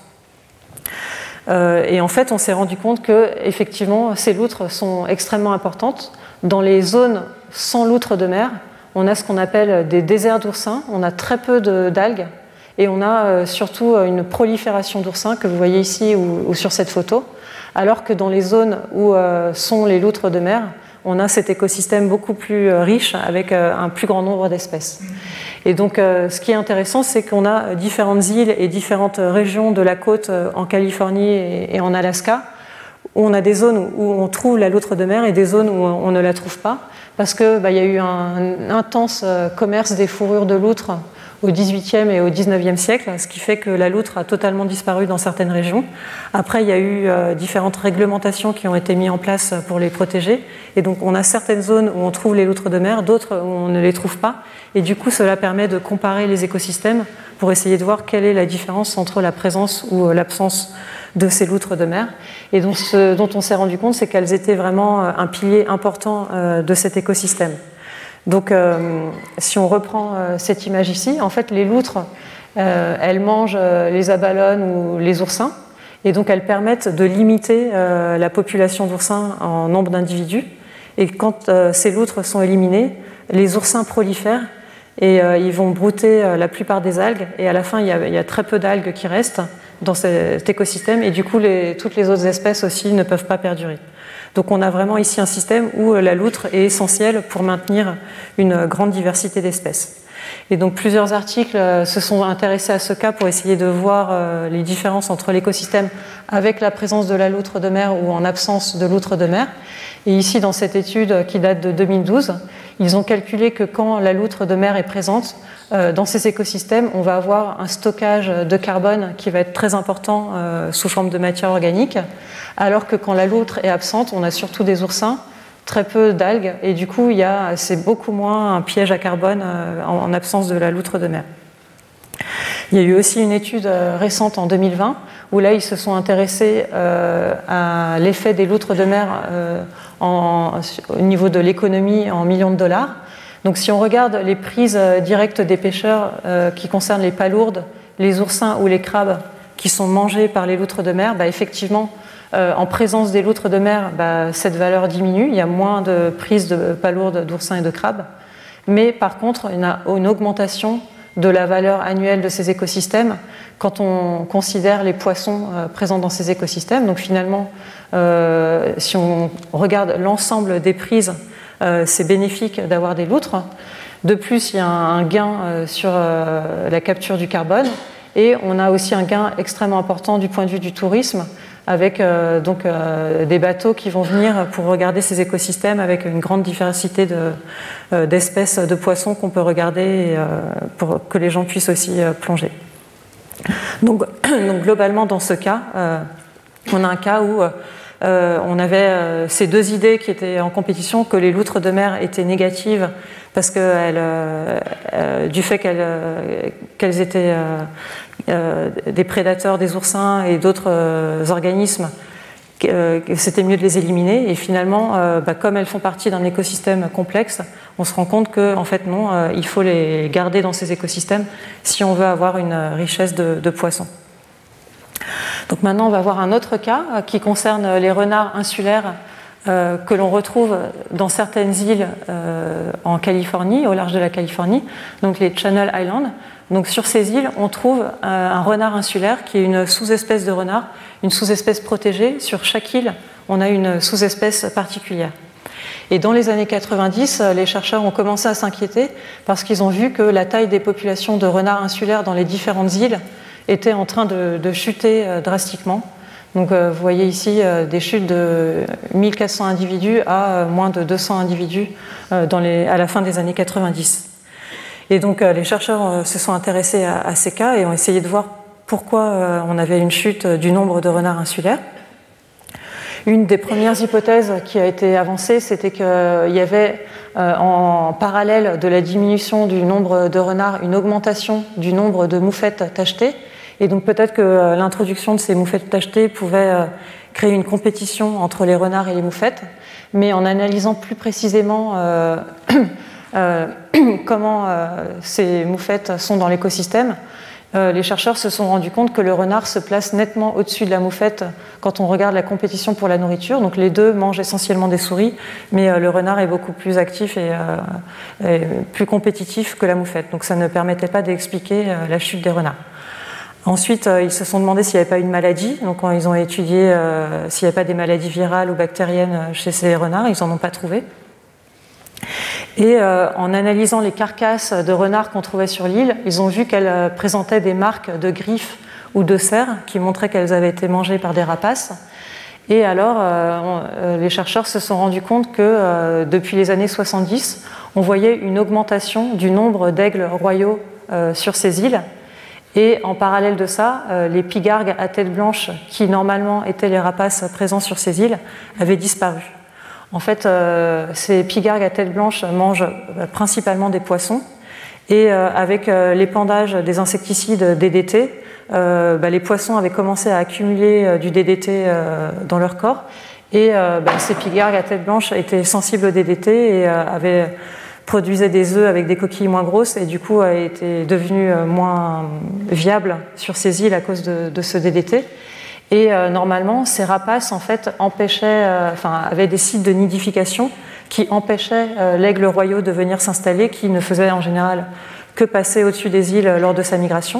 Euh, et en fait, on s'est rendu compte que, effectivement, ces loutres sont extrêmement importantes. Dans les zones sans loutres de mer, on a ce qu'on appelle des déserts d'oursins, on a très peu d'algues, et on a euh, surtout une prolifération d'oursins que vous voyez ici ou, ou sur cette photo, alors que dans les zones où euh, sont les loutres de mer, on a cet écosystème beaucoup plus euh, riche avec euh, un plus grand nombre d'espèces. Et donc euh, ce qui est intéressant, c'est qu'on a différentes îles et différentes régions de la côte euh, en Californie et, et en Alaska, où on a des zones où on trouve la loutre de mer et des zones où on ne la trouve pas, parce qu'il bah, y a eu un, un intense commerce des fourrures de loutre au dix-huitième et au dix-neuvième siècle, ce qui fait que la loutre a totalement disparu dans certaines régions. Après, il y a eu euh, différentes réglementations qui ont été mises en place pour les protéger. Et donc, on a certaines zones où on trouve les loutres de mer, d'autres où on ne les trouve pas. Et du coup, cela permet de comparer les écosystèmes pour essayer de voir quelle est la différence entre la présence ou l'absence de ces loutres de mer. Et donc, ce dont on s'est rendu compte, c'est qu'elles étaient vraiment un pilier important euh, de cet écosystème. Donc, euh, si on reprend euh, cette image ici, en fait, les loutres, euh, elles mangent euh, les abalones ou les oursins, et donc elles permettent de limiter euh, la population d'oursins en nombre d'individus. Et quand euh, ces loutres sont éliminées, les oursins prolifèrent et euh, ils vont brouter euh, la plupart des algues. Et à la fin, il y a, il y a très peu d'algues qui restent dans cet écosystème, et du coup, les, toutes les autres espèces aussi ne peuvent pas perdurer. Donc on a vraiment ici un système où la loutre est essentielle pour maintenir une grande diversité d'espèces. Et donc plusieurs articles se sont intéressés à ce cas pour essayer de voir les différences entre l'écosystème avec la présence de la loutre de mer ou en absence de loutre de mer. Et ici, dans cette étude qui date de deux mille douze, ils ont calculé que quand la loutre de mer est présente, dans ces écosystèmes, on va avoir un stockage de carbone qui va être très important sous forme de matière organique, alors que quand la loutre est absente, on a surtout des oursins, très peu d'algues, et du coup, il y a, c'est beaucoup moins un piège à carbone en, en absence de la loutre de mer. Il y a eu aussi une étude récente en deux mille vingt, où là, ils se sont intéressés euh, à l'effet des loutres de mer euh, en, au niveau de l'économie en millions de dollars. Donc si on regarde les prises directes des pêcheurs euh, qui concernent les palourdes, les oursins ou les crabes qui sont mangés par les loutres de mer, bah, effectivement, Euh, en présence des loutres de mer, bah, cette valeur diminue, il y a moins de prises de palourdes, d'oursins et de crabes. Mais par contre, il y a une augmentation de la valeur annuelle de ces écosystèmes quand on considère les poissons euh, présents dans ces écosystèmes. Donc finalement, euh, si on regarde l'ensemble des prises, euh, c'est bénéfique d'avoir des loutres. De plus, il y a un gain euh, sur euh, la capture du carbone et on a aussi un gain extrêmement important du point de vue du tourisme, avec euh, donc, euh, des bateaux qui vont venir pour regarder ces écosystèmes avec une grande diversité de, euh, d'espèces de poissons qu'on peut regarder et, euh, pour que les gens puissent aussi euh, plonger. Donc, donc globalement, dans ce cas, euh, on a un cas où euh, on avait euh, ces deux idées qui étaient en compétition, que les loutres de mer étaient négatives parce que elles, euh, euh, du fait qu'elles, euh, qu'elles étaient euh, euh, des prédateurs des oursins et d'autres euh, organismes, euh, c'était mieux de les éliminer. Et finalement, euh, bah, comme elles font partie d'un écosystème complexe, on se rend compte que, en fait, non, euh, il faut les garder dans ces écosystèmes si on veut avoir une richesse de, de poissons. Donc maintenant, on va voir un autre cas euh, qui concerne les renards insulaires Euh, que l'on retrouve dans certaines îles euh, en Californie, au large de la Californie, donc les Channel Islands. Donc sur ces îles, on trouve euh, un renard insulaire qui est une sous-espèce de renard, une sous-espèce protégée. Sur chaque île, on a une sous-espèce particulière. Et dans les années quatre-vingt-dix, les chercheurs ont commencé à s'inquiéter parce qu'ils ont vu que la taille des populations de renards insulaires dans les différentes îles était en train de, de chuter euh, drastiquement. Donc euh, vous voyez ici euh, des chutes de mille quatre cents individus à euh, moins de deux cents individus euh, dans les, à la fin des années quatre-vingt-dix. Et donc euh, les chercheurs euh, se sont intéressés à, à ces cas et ont essayé de voir pourquoi euh, on avait une chute du nombre de renards insulaires. Une des premières hypothèses qui a été avancée, c'était qu'il y avait euh, en parallèle de la diminution du nombre de renards une augmentation du nombre de moufettes tachetées. Et donc peut-être que l'introduction de ces moufettes tachetées pouvait créer une compétition entre les renards et les moufettes, mais en analysant plus précisément euh, euh, comment euh, ces moufettes sont dans l'écosystème, euh, les chercheurs se sont rendus compte que le renard se place nettement au-dessus de la moufette quand on regarde la compétition pour la nourriture. Donc les deux mangent essentiellement des souris, mais euh, le renard est beaucoup plus actif et, euh, et plus compétitif que la moufette. Donc ça ne permettait pas d'expliquer euh, la chute des renards. Ensuite, euh, ils se sont demandé s'il n'y avait pas une maladie. Donc, quand ils ont étudié euh, s'il n'y avait pas des maladies virales ou bactériennes chez ces renards, ils n'en ont pas trouvé. Et euh, en analysant les carcasses de renards qu'on trouvait sur l'île, ils ont vu qu'elles euh, présentaient des marques de griffes ou de serres qui montraient qu'elles avaient été mangées par des rapaces. Et alors, euh, on, euh, les chercheurs se sont rendus compte que euh, depuis les années soixante-dix, on voyait une augmentation du nombre d'aigles royaux euh, sur ces îles. Et en parallèle de ça, euh, les pigargues à tête blanche, qui normalement étaient les rapaces présents sur ces îles, avaient disparu. En fait, euh, ces pigargues à tête blanche mangent euh, principalement des poissons, et euh, avec euh, l'épandage des insecticides D D T, euh, bah, les poissons avaient commencé à accumuler euh, du D D T euh, dans leur corps, et euh, bah, ces pigargues à tête blanche étaient sensibles au D D T et euh, avaient produisait des œufs avec des coquilles moins grosses et du coup a été devenu moins viable sur ces îles à cause de, de ce D D T. Et euh, normalement, ces rapaces en fait empêchaient, euh, enfin avaient des sites de nidification qui empêchaient euh, l'aigle royaux de venir s'installer, qui ne faisait en général que passer au-dessus des îles lors de sa migration.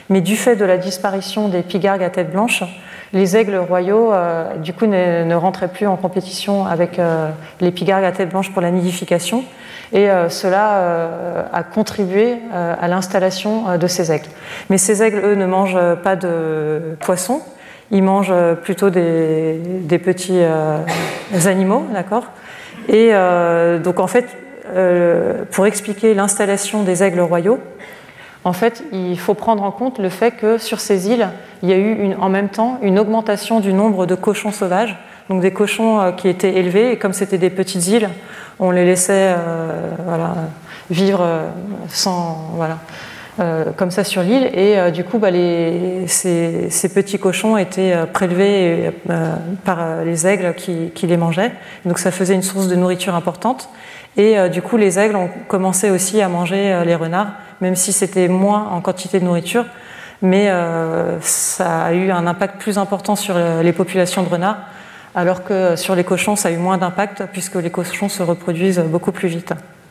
Mais du fait de la disparition des pigargues à tête blanche, les aigles royaux, euh, du coup, ne, ne rentraient plus en compétition avec euh, les pigargues à tête blanche pour la nidification. Et euh, cela euh, a contribué euh, à l'installation euh, de ces aigles. Mais ces aigles, eux, ne mangent pas de poissons. Ils mangent plutôt des, des petits euh, animaux, d'accord ? Et euh, donc, en fait, euh, pour expliquer l'installation des aigles royaux, en fait, il faut prendre en compte le fait que sur ces îles, il y a eu une, en même temps une augmentation du nombre de cochons sauvages, donc des cochons euh, qui étaient élevés, et comme c'était des petites îles, on les laissait euh, voilà, vivre euh, sans, voilà, euh, comme ça sur l'île, et euh, du coup, bah, les, ces, ces petits cochons étaient euh, prélevés euh, par euh, les aigles qui, qui les mangeaient, donc ça faisait une source de nourriture importante, et euh, du coup, les aigles ont commencé aussi à manger euh, les renards, même si c'était moins en quantité de nourriture, mais euh, ça a eu un impact plus important sur les populations de renards, alors que sur les cochons, ça a eu moins d'impact, puisque les cochons se reproduisent beaucoup plus vite.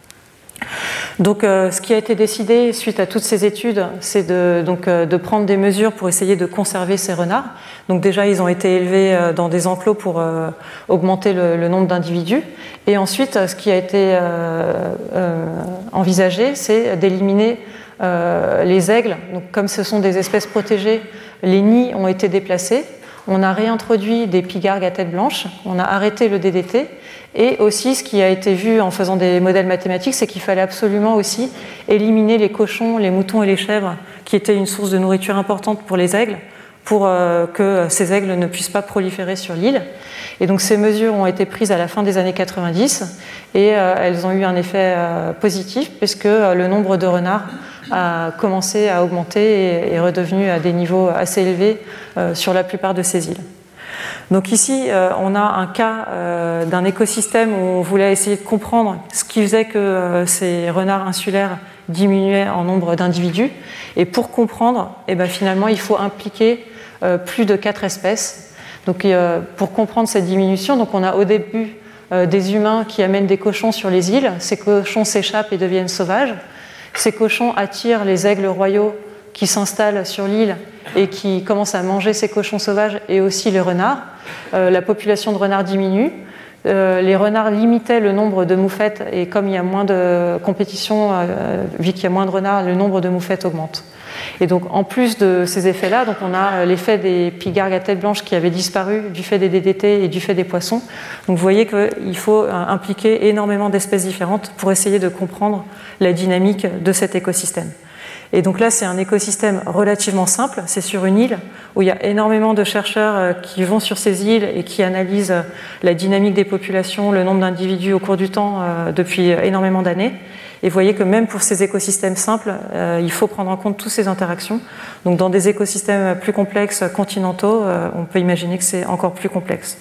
Donc, euh, ce qui a été décidé suite à toutes ces études, c'est de, donc, euh, de prendre des mesures pour essayer de conserver ces renards. Donc déjà, ils ont été élevés euh, dans des enclos pour euh, augmenter le, le nombre d'individus. Et ensuite, ce qui a été euh, euh, envisagé, c'est d'éliminer euh, les aigles. Donc, comme ce sont des espèces protégées, les nids ont été déplacés. On a réintroduit des pigargues à tête blanche. On a arrêté le D D T. Et aussi, ce qui a été vu en faisant des modèles mathématiques, c'est qu'il fallait absolument aussi éliminer les cochons, les moutons et les chèvres, qui étaient une source de nourriture importante pour les aigles, pour euh, que ces aigles ne puissent pas proliférer sur l'île. Et donc ces mesures ont été prises à la fin des années quatre-vingt-dix, et euh, elles ont eu un effet euh, positif, puisque euh, le nombre de renards a commencé à augmenter et est redevenu à des niveaux assez élevés euh, sur la plupart de ces îles. Donc ici, euh, on a un cas euh, d'un écosystème où on voulait essayer de comprendre ce qui faisait que euh, ces renards insulaires diminuaient en nombre d'individus. Et pour comprendre, eh ben, finalement, il faut impliquer euh, plus de quatre espèces. Donc, euh, pour comprendre cette diminution, donc on a au début euh, des humains qui amènent des cochons sur les îles. Ces cochons s'échappent et deviennent sauvages. Ces cochons attirent les aigles royaux qui s'installent sur l'île et qui commencent à manger ces cochons sauvages et aussi les renards. Euh, la population de renards diminue. Euh, les renards limitaient le nombre de moufettes et comme il y a moins de compétition, euh, vu qu'il y a moins de renards, le nombre de moufettes augmente. Et donc en plus de ces effets-là, donc on a l'effet des pigargues à tête blanche qui avaient disparu du fait des D D T et du fait des poissons. Donc vous voyez qu'il faut impliquer énormément d'espèces différentes pour essayer de comprendre la dynamique de cet écosystème. Et donc là, c'est un écosystème relativement simple. C'est sur une île où il y a énormément de chercheurs qui vont sur ces îles et qui analysent la dynamique des populations, le nombre d'individus au cours du temps depuis énormément d'années. Et vous voyez que même pour ces écosystèmes simples, euh, il faut prendre en compte toutes ces interactions. Donc dans des écosystèmes plus complexes, continentaux, euh, on peut imaginer que c'est encore plus complexe.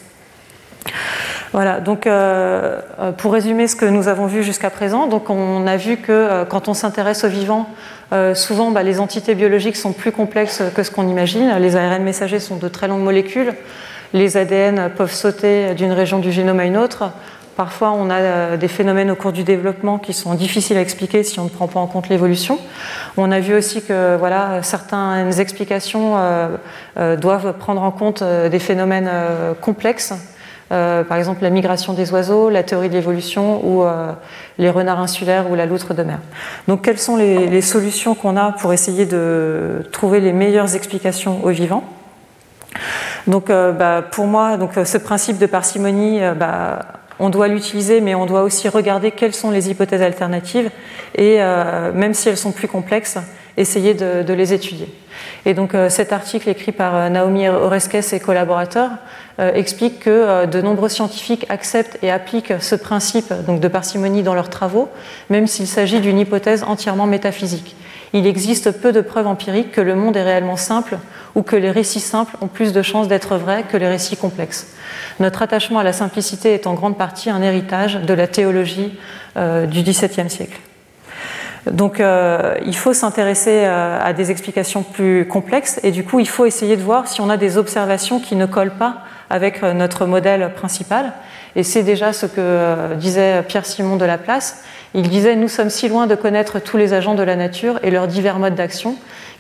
Voilà, donc euh, pour résumer ce que nous avons vu jusqu'à présent, donc on a vu que euh, quand on s'intéresse aux vivants, euh, souvent bah, les entités biologiques sont plus complexes que ce qu'on imagine. Les A R N messagers sont de très longues molécules, les A D N peuvent sauter d'une région du génome à une autre. Parfois, on a des phénomènes au cours du développement qui sont difficiles à expliquer si on ne prend pas en compte l'évolution. On a vu aussi que voilà, certaines explications euh, euh, doivent prendre en compte euh, des phénomènes euh, complexes. Euh, par exemple, la migration des oiseaux, la théorie de l'évolution ou euh, les renards insulaires ou la loutre de mer. Donc, quelles sont les, les solutions qu'on a pour essayer de trouver les meilleures explications aux vivants ? Donc, euh, bah, pour moi, donc, ce principe de parcimonie, euh, bah, on doit l'utiliser, mais on doit aussi regarder quelles sont les hypothèses alternatives et, euh, même si elles sont plus complexes, essayer de, de les étudier. Et donc euh, cet article écrit par euh, Naomi Oreskes et collaborateurs euh, explique que euh, de nombreux scientifiques acceptent et appliquent ce principe donc, de parcimonie dans leurs travaux, même s'il s'agit d'une hypothèse entièrement métaphysique. Il existe peu de preuves empiriques que le monde est réellement simple ou que les récits simples ont plus de chances d'être vrais que les récits complexes. Notre attachement à la simplicité est en grande partie un héritage de la théologie euh, du dix-septième siècle. Donc euh, il faut s'intéresser euh, à des explications plus complexes et du coup il faut essayer de voir si on a des observations qui ne collent pas avec euh, notre modèle principal. Et c'est déjà ce que euh, disait Pierre-Simon de Laplace. Il disait « Nous sommes si loin de connaître tous les agents de la nature et leurs divers modes d'action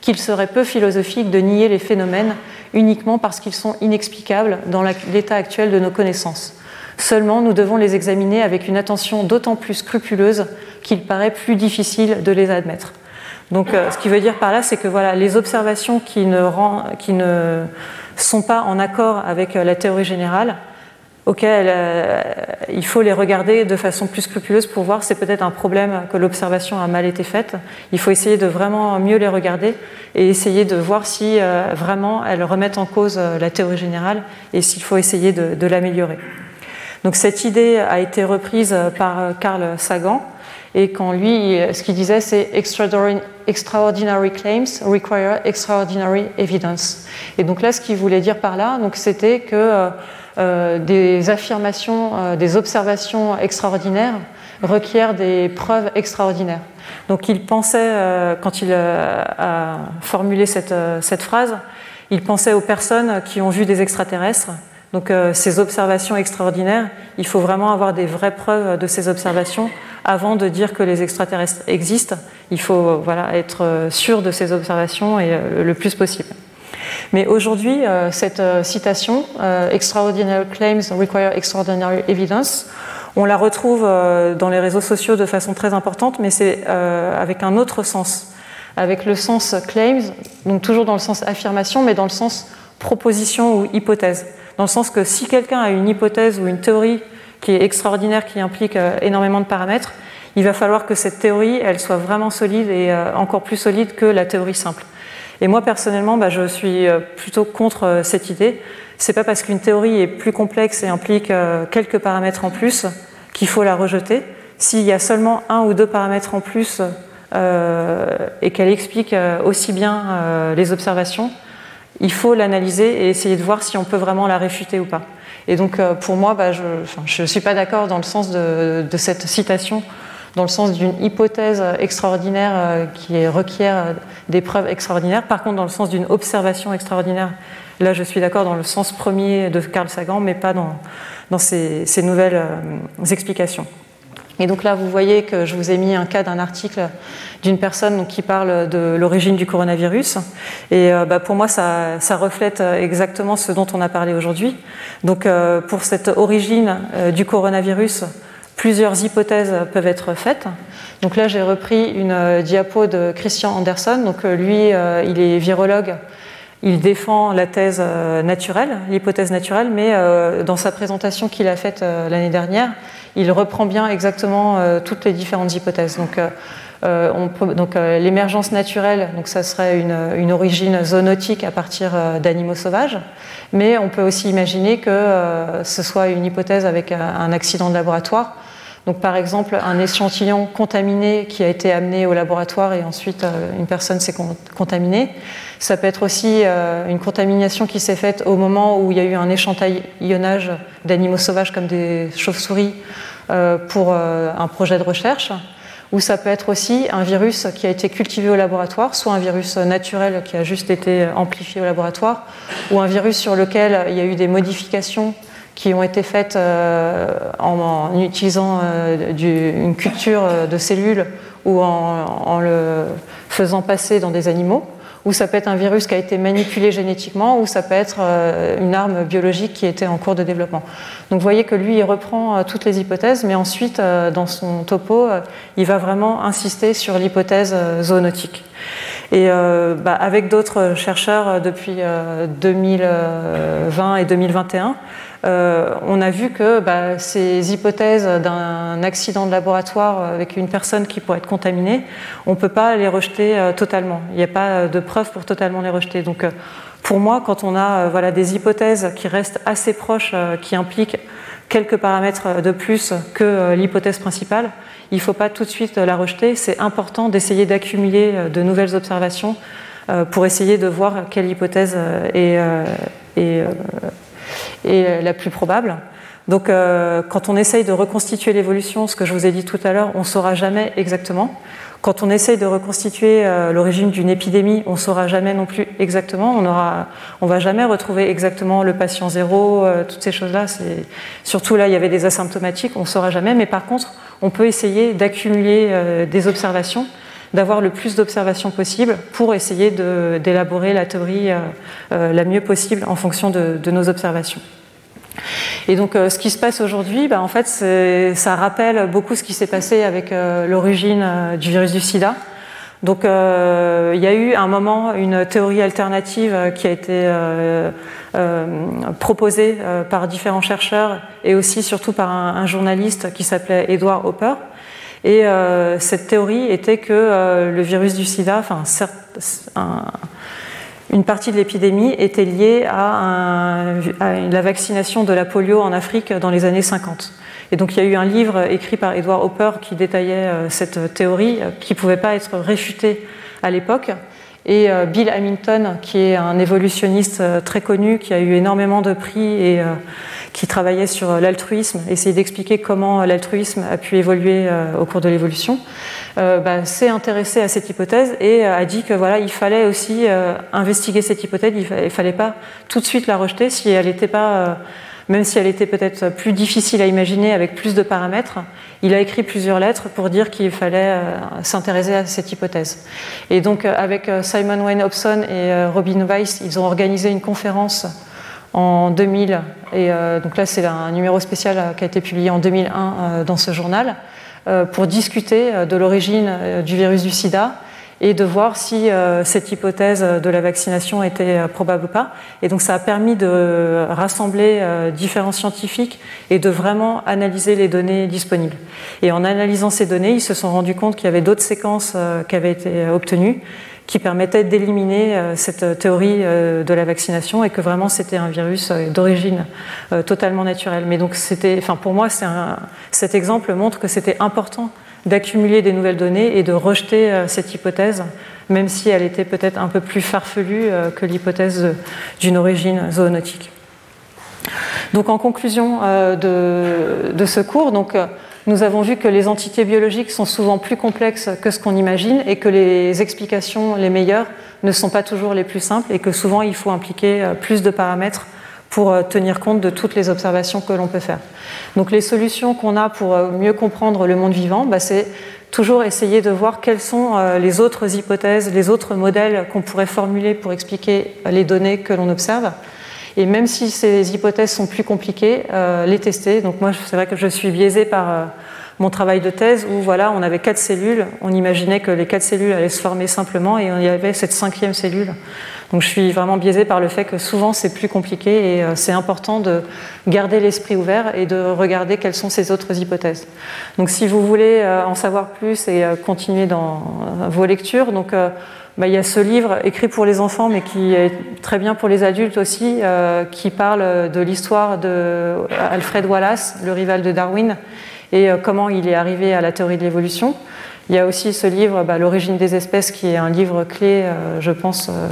qu'il serait peu philosophique de nier les phénomènes uniquement parce qu'ils sont inexplicables dans l'état actuel de nos connaissances. Seulement, nous devons les examiner avec une attention d'autant plus scrupuleuse qu'il paraît plus difficile de les admettre. Donc, euh, ce qui veut dire par là, c'est que voilà, les observations qui ne, rend, qui ne sont pas en accord avec la théorie générale, auxquelles euh, il faut les regarder de façon plus scrupuleuse pour voir si c'est peut-être un problème que l'observation a mal été faite. Il faut essayer de vraiment mieux les regarder et essayer de voir si euh, vraiment elles remettent en cause euh, la théorie générale et s'il faut essayer de, de l'améliorer. Donc cette idée a été reprise par Carl Sagan, et quand lui, ce qu'il disait, c'est extraordinary claims require extraordinary evidence. Et donc là, ce qu'il voulait dire par là, donc c'était que euh, des affirmations, euh, des observations extraordinaires requièrent des preuves extraordinaires. Donc il pensait, euh, quand il euh, a formulé cette, euh, cette phrase, il pensait aux personnes qui ont vu des extraterrestres. Donc euh, ces observations extraordinaires, il faut vraiment avoir des vraies preuves de ces observations avant de dire que les extraterrestres existent. Il faut euh, voilà, être sûr de ces observations et euh, le plus possible. Mais aujourd'hui, euh, cette euh, citation, euh, « Extraordinary claims require extraordinary evidence », on la retrouve euh, dans les réseaux sociaux de façon très importante, mais c'est euh, avec un autre sens, avec le sens « claims », donc toujours dans le sens « affirmation », mais dans le sens « proposition » ou « hypothèse ». Dans le sens que si quelqu'un a une hypothèse ou une théorie qui est extraordinaire, qui implique euh, énormément de paramètres, il va falloir que cette théorie, elle soit vraiment solide et euh, encore plus solide que la théorie simple. Et moi, personnellement, bah, je suis plutôt contre euh, cette idée. C'est pas parce qu'une théorie est plus complexe et implique euh, quelques paramètres en plus qu'il faut la rejeter. S'il y a seulement un ou deux paramètres en plus euh, et qu'elle explique euh, aussi bien euh, les observations, il faut l'analyser et essayer de voir si on peut vraiment la réfuter ou pas. Et donc, euh, pour moi, bah, je ne suis pas d'accord dans le sens de, de cette citation, dans le sens d'une hypothèse extraordinaire euh, qui requiert des preuves extraordinaires. Par contre, dans le sens d'une observation extraordinaire, là, je suis d'accord dans le sens premier de Carl Sagan, mais pas dans, dans ces, ces nouvelles euh, explications. Et donc là, vous voyez que je vous ai mis un cas d'un article d'une personne donc, qui parle de l'origine du coronavirus. Et euh, bah, pour moi, ça, ça reflète exactement ce dont on a parlé aujourd'hui. Donc euh, pour cette origine euh, du coronavirus, plusieurs hypothèses peuvent être faites. Donc là, j'ai repris une euh, diapo de Christian Anderson. Donc euh, lui, euh, il est virologue. Il défend la thèse euh, naturelle, l'hypothèse naturelle, mais euh, dans sa présentation qu'il a faite euh, l'année dernière, il reprend bien exactement euh, toutes les différentes hypothèses. Donc, euh, on peut, donc euh, l'émergence naturelle, donc ça serait une, une origine zoonotique à partir euh, d'animaux sauvages, mais on peut aussi imaginer que euh, ce soit une hypothèse avec un, un accident de laboratoire. Donc par exemple, un échantillon contaminé qui a été amené au laboratoire et ensuite euh, une personne s'est con- contaminée. Ça peut être aussi euh, une contamination qui s'est faite au moment où il y a eu un échantillonnage d'animaux sauvages comme des chauves-souris euh, pour euh, un projet de recherche. Ou ça peut être aussi un virus qui a été cultivé au laboratoire, soit un virus naturel qui a juste été amplifié au laboratoire, ou un virus sur lequel il y a eu des modifications qui ont été faites euh, en, en utilisant euh, du, une culture de cellules ou en, en le faisant passer dans des animaux, ou ça peut être un virus qui a été manipulé génétiquement, ou ça peut être euh, une arme biologique qui était en cours de développement. Donc vous voyez que lui, il reprend euh, toutes les hypothèses, mais ensuite, euh, dans son topo, euh, il va vraiment insister sur l'hypothèse euh, zoonotique. Et euh, bah, avec d'autres chercheurs euh, depuis euh, deux mille vingt et deux mille vingt et un, Euh, on a vu que bah, ces hypothèses d'un accident de laboratoire avec une personne qui pourrait être contaminée, on ne peut pas les rejeter euh, totalement. Il n'y a pas de preuve pour totalement les rejeter. Donc, euh, pour moi, quand on a euh, voilà, des hypothèses qui restent assez proches, euh, qui impliquent quelques paramètres de plus que euh, l'hypothèse principale, il ne faut pas tout de suite la rejeter. C'est important d'essayer d'accumuler euh, de nouvelles observations euh, pour essayer de voir quelle hypothèse euh, est... Euh, est euh, est la plus probable. Donc euh, quand on essaye de reconstituer l'évolution, ce que je vous ai dit tout à l'heure, on ne saura jamais exactement. Quand on essaye de reconstituer euh, l'origine d'une épidémie, on ne saura jamais non plus exactement. On aura, on va jamais retrouver exactement le patient zéro, euh, toutes ces choses-là. C'est, surtout là, il y avait des asymptomatiques, on ne saura jamais. Mais par contre, on peut essayer d'accumuler euh, des observations, d'avoir le plus d'observations possible pour essayer de, d'élaborer la théorie euh, euh, la mieux possible en fonction de, de nos observations. Et donc euh, ce qui se passe aujourd'hui, bah, en fait, c'est, ça rappelle beaucoup ce qui s'est passé avec euh, l'origine euh, du virus du sida. Donc euh, il y a eu à un moment une théorie alternative qui a été euh, euh, proposée euh, par différents chercheurs et aussi surtout par un, un journaliste qui s'appelait Edward Hopper. Et euh, cette théorie était que euh, le virus du sida, enfin certes, un, une partie de l'épidémie était liée à, un, à la vaccination de la polio en Afrique dans les années cinquante. Et donc il y a eu un livre écrit par Edward Hopper qui détaillait euh, cette théorie euh, qui ne pouvait pas être réfutée à l'époque. Et euh, Bill Hamilton, qui est un évolutionniste euh, très connu, qui a eu énormément de prix et euh, qui travaillait sur l'altruisme, essayait d'expliquer comment l'altruisme a pu évoluer euh, au cours de l'évolution, euh, bah, s'est intéressé à cette hypothèse et a dit que voilà, il fallait aussi euh, investiguer cette hypothèse, il ne fallait pas tout de suite la rejeter si elle n'était pas... Euh, même si elle était peut-être plus difficile à imaginer avec plus de paramètres, il a écrit plusieurs lettres pour dire qu'il fallait s'intéresser à cette hypothèse. Et donc avec Simon Wayne Hobson et Robin Weiss, ils ont organisé une conférence en deux mille, et donc là c'est un numéro spécial qui a été publié en deux mille un dans ce journal, pour discuter de l'origine du virus du sida et de voir si euh, cette hypothèse de la vaccination était euh, probable ou pas. Et donc ça a permis de rassembler euh, différents scientifiques et de vraiment analyser les données disponibles. Et en analysant ces données, ils se sont rendus compte qu'il y avait d'autres séquences euh, qui avaient été obtenues qui permettaient d'éliminer euh, cette théorie euh, de la vaccination et que vraiment c'était un virus euh, d'origine euh, totalement naturelle. Mais donc c'était, enfin pour moi, c'est un, cet exemple montre que c'était important d'accumuler des nouvelles données et de rejeter euh, cette hypothèse, même si elle était peut-être un peu plus farfelue euh, que l'hypothèse de, d'une origine zoonotique. Donc en conclusion euh, de, de ce cours, donc, euh, nous avons vu que les entités biologiques sont souvent plus complexes que ce qu'on imagine et que les explications les meilleures ne sont pas toujours les plus simples et que souvent il faut impliquer euh, plus de paramètres pour tenir compte de toutes les observations que l'on peut faire. Donc les solutions qu'on a pour mieux comprendre le monde vivant, bah, c'est toujours essayer de voir quelles sont les autres hypothèses, les autres modèles qu'on pourrait formuler pour expliquer les données que l'on observe. Et même si ces hypothèses sont plus compliquées, euh, les tester. Donc moi, c'est vrai que je suis biaisée par euh, mon travail de thèse où voilà, on avait quatre cellules, on imaginait que les quatre cellules allaient se former simplement et il y avait cette cinquième cellule. Donc je suis vraiment biaisée par le fait que souvent c'est plus compliqué et euh, c'est important de garder l'esprit ouvert et de regarder quelles sont ces autres hypothèses. Donc si vous voulez euh, en savoir plus et euh, continuer dans euh, vos lectures, donc euh, bah, il y a ce livre écrit pour les enfants mais qui est très bien pour les adultes aussi, euh, qui parle de l'histoire d'Alfred Wallace, le rival de Darwin, et euh, comment il est arrivé à la théorie de l'évolution. Il y a aussi ce livre, bah, L'origine des espèces, qui est un livre clé, euh, je pense, euh,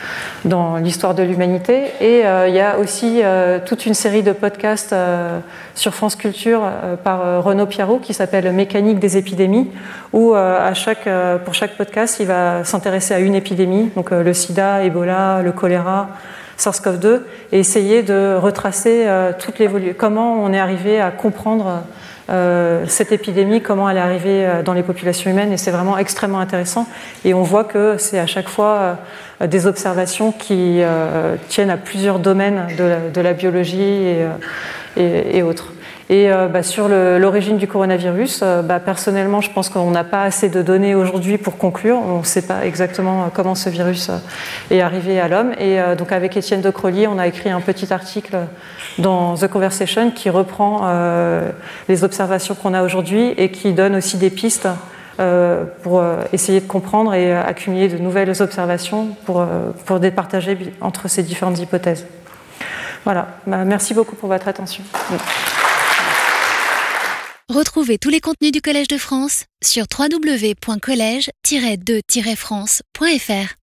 dans l'histoire de l'humanité. Et euh, il y a aussi euh, toute une série de podcasts euh, sur France Culture euh, par euh, Renaud Piarou qui s'appelle Mécanique des épidémies, où euh, à chaque, euh, pour chaque podcast, il va s'intéresser à une épidémie, donc euh, le sida, Ebola, le choléra, SARS-CoV deux, et essayer de retracer euh, toute l'évolution, comment on est arrivé à comprendre Euh, cette épidémie, comment elle est arrivée dans les populations humaines, et c'est vraiment extrêmement intéressant. Et on voit que c'est à chaque fois euh, des observations qui euh, tiennent à plusieurs domaines de la, de la biologie et, euh, et, et autres. Et euh, bah, sur le, l'origine du coronavirus, euh, bah, personnellement, je pense qu'on n'a pas assez de données aujourd'hui pour conclure. On ne sait pas exactement comment ce virus est arrivé à l'homme. Et euh, donc avec Étienne de Crollier, on a écrit un petit article dans The Conversation qui reprend euh, les observations qu'on a aujourd'hui et qui donne aussi des pistes euh, pour euh, essayer de comprendre et euh, accumuler de nouvelles observations pour, euh, pour départager entre ces différentes hypothèses. Voilà. Bah, merci beaucoup pour votre attention. Retrouvez tous les contenus du Collège de France sur w w w point collège tiret de tiret france point f r.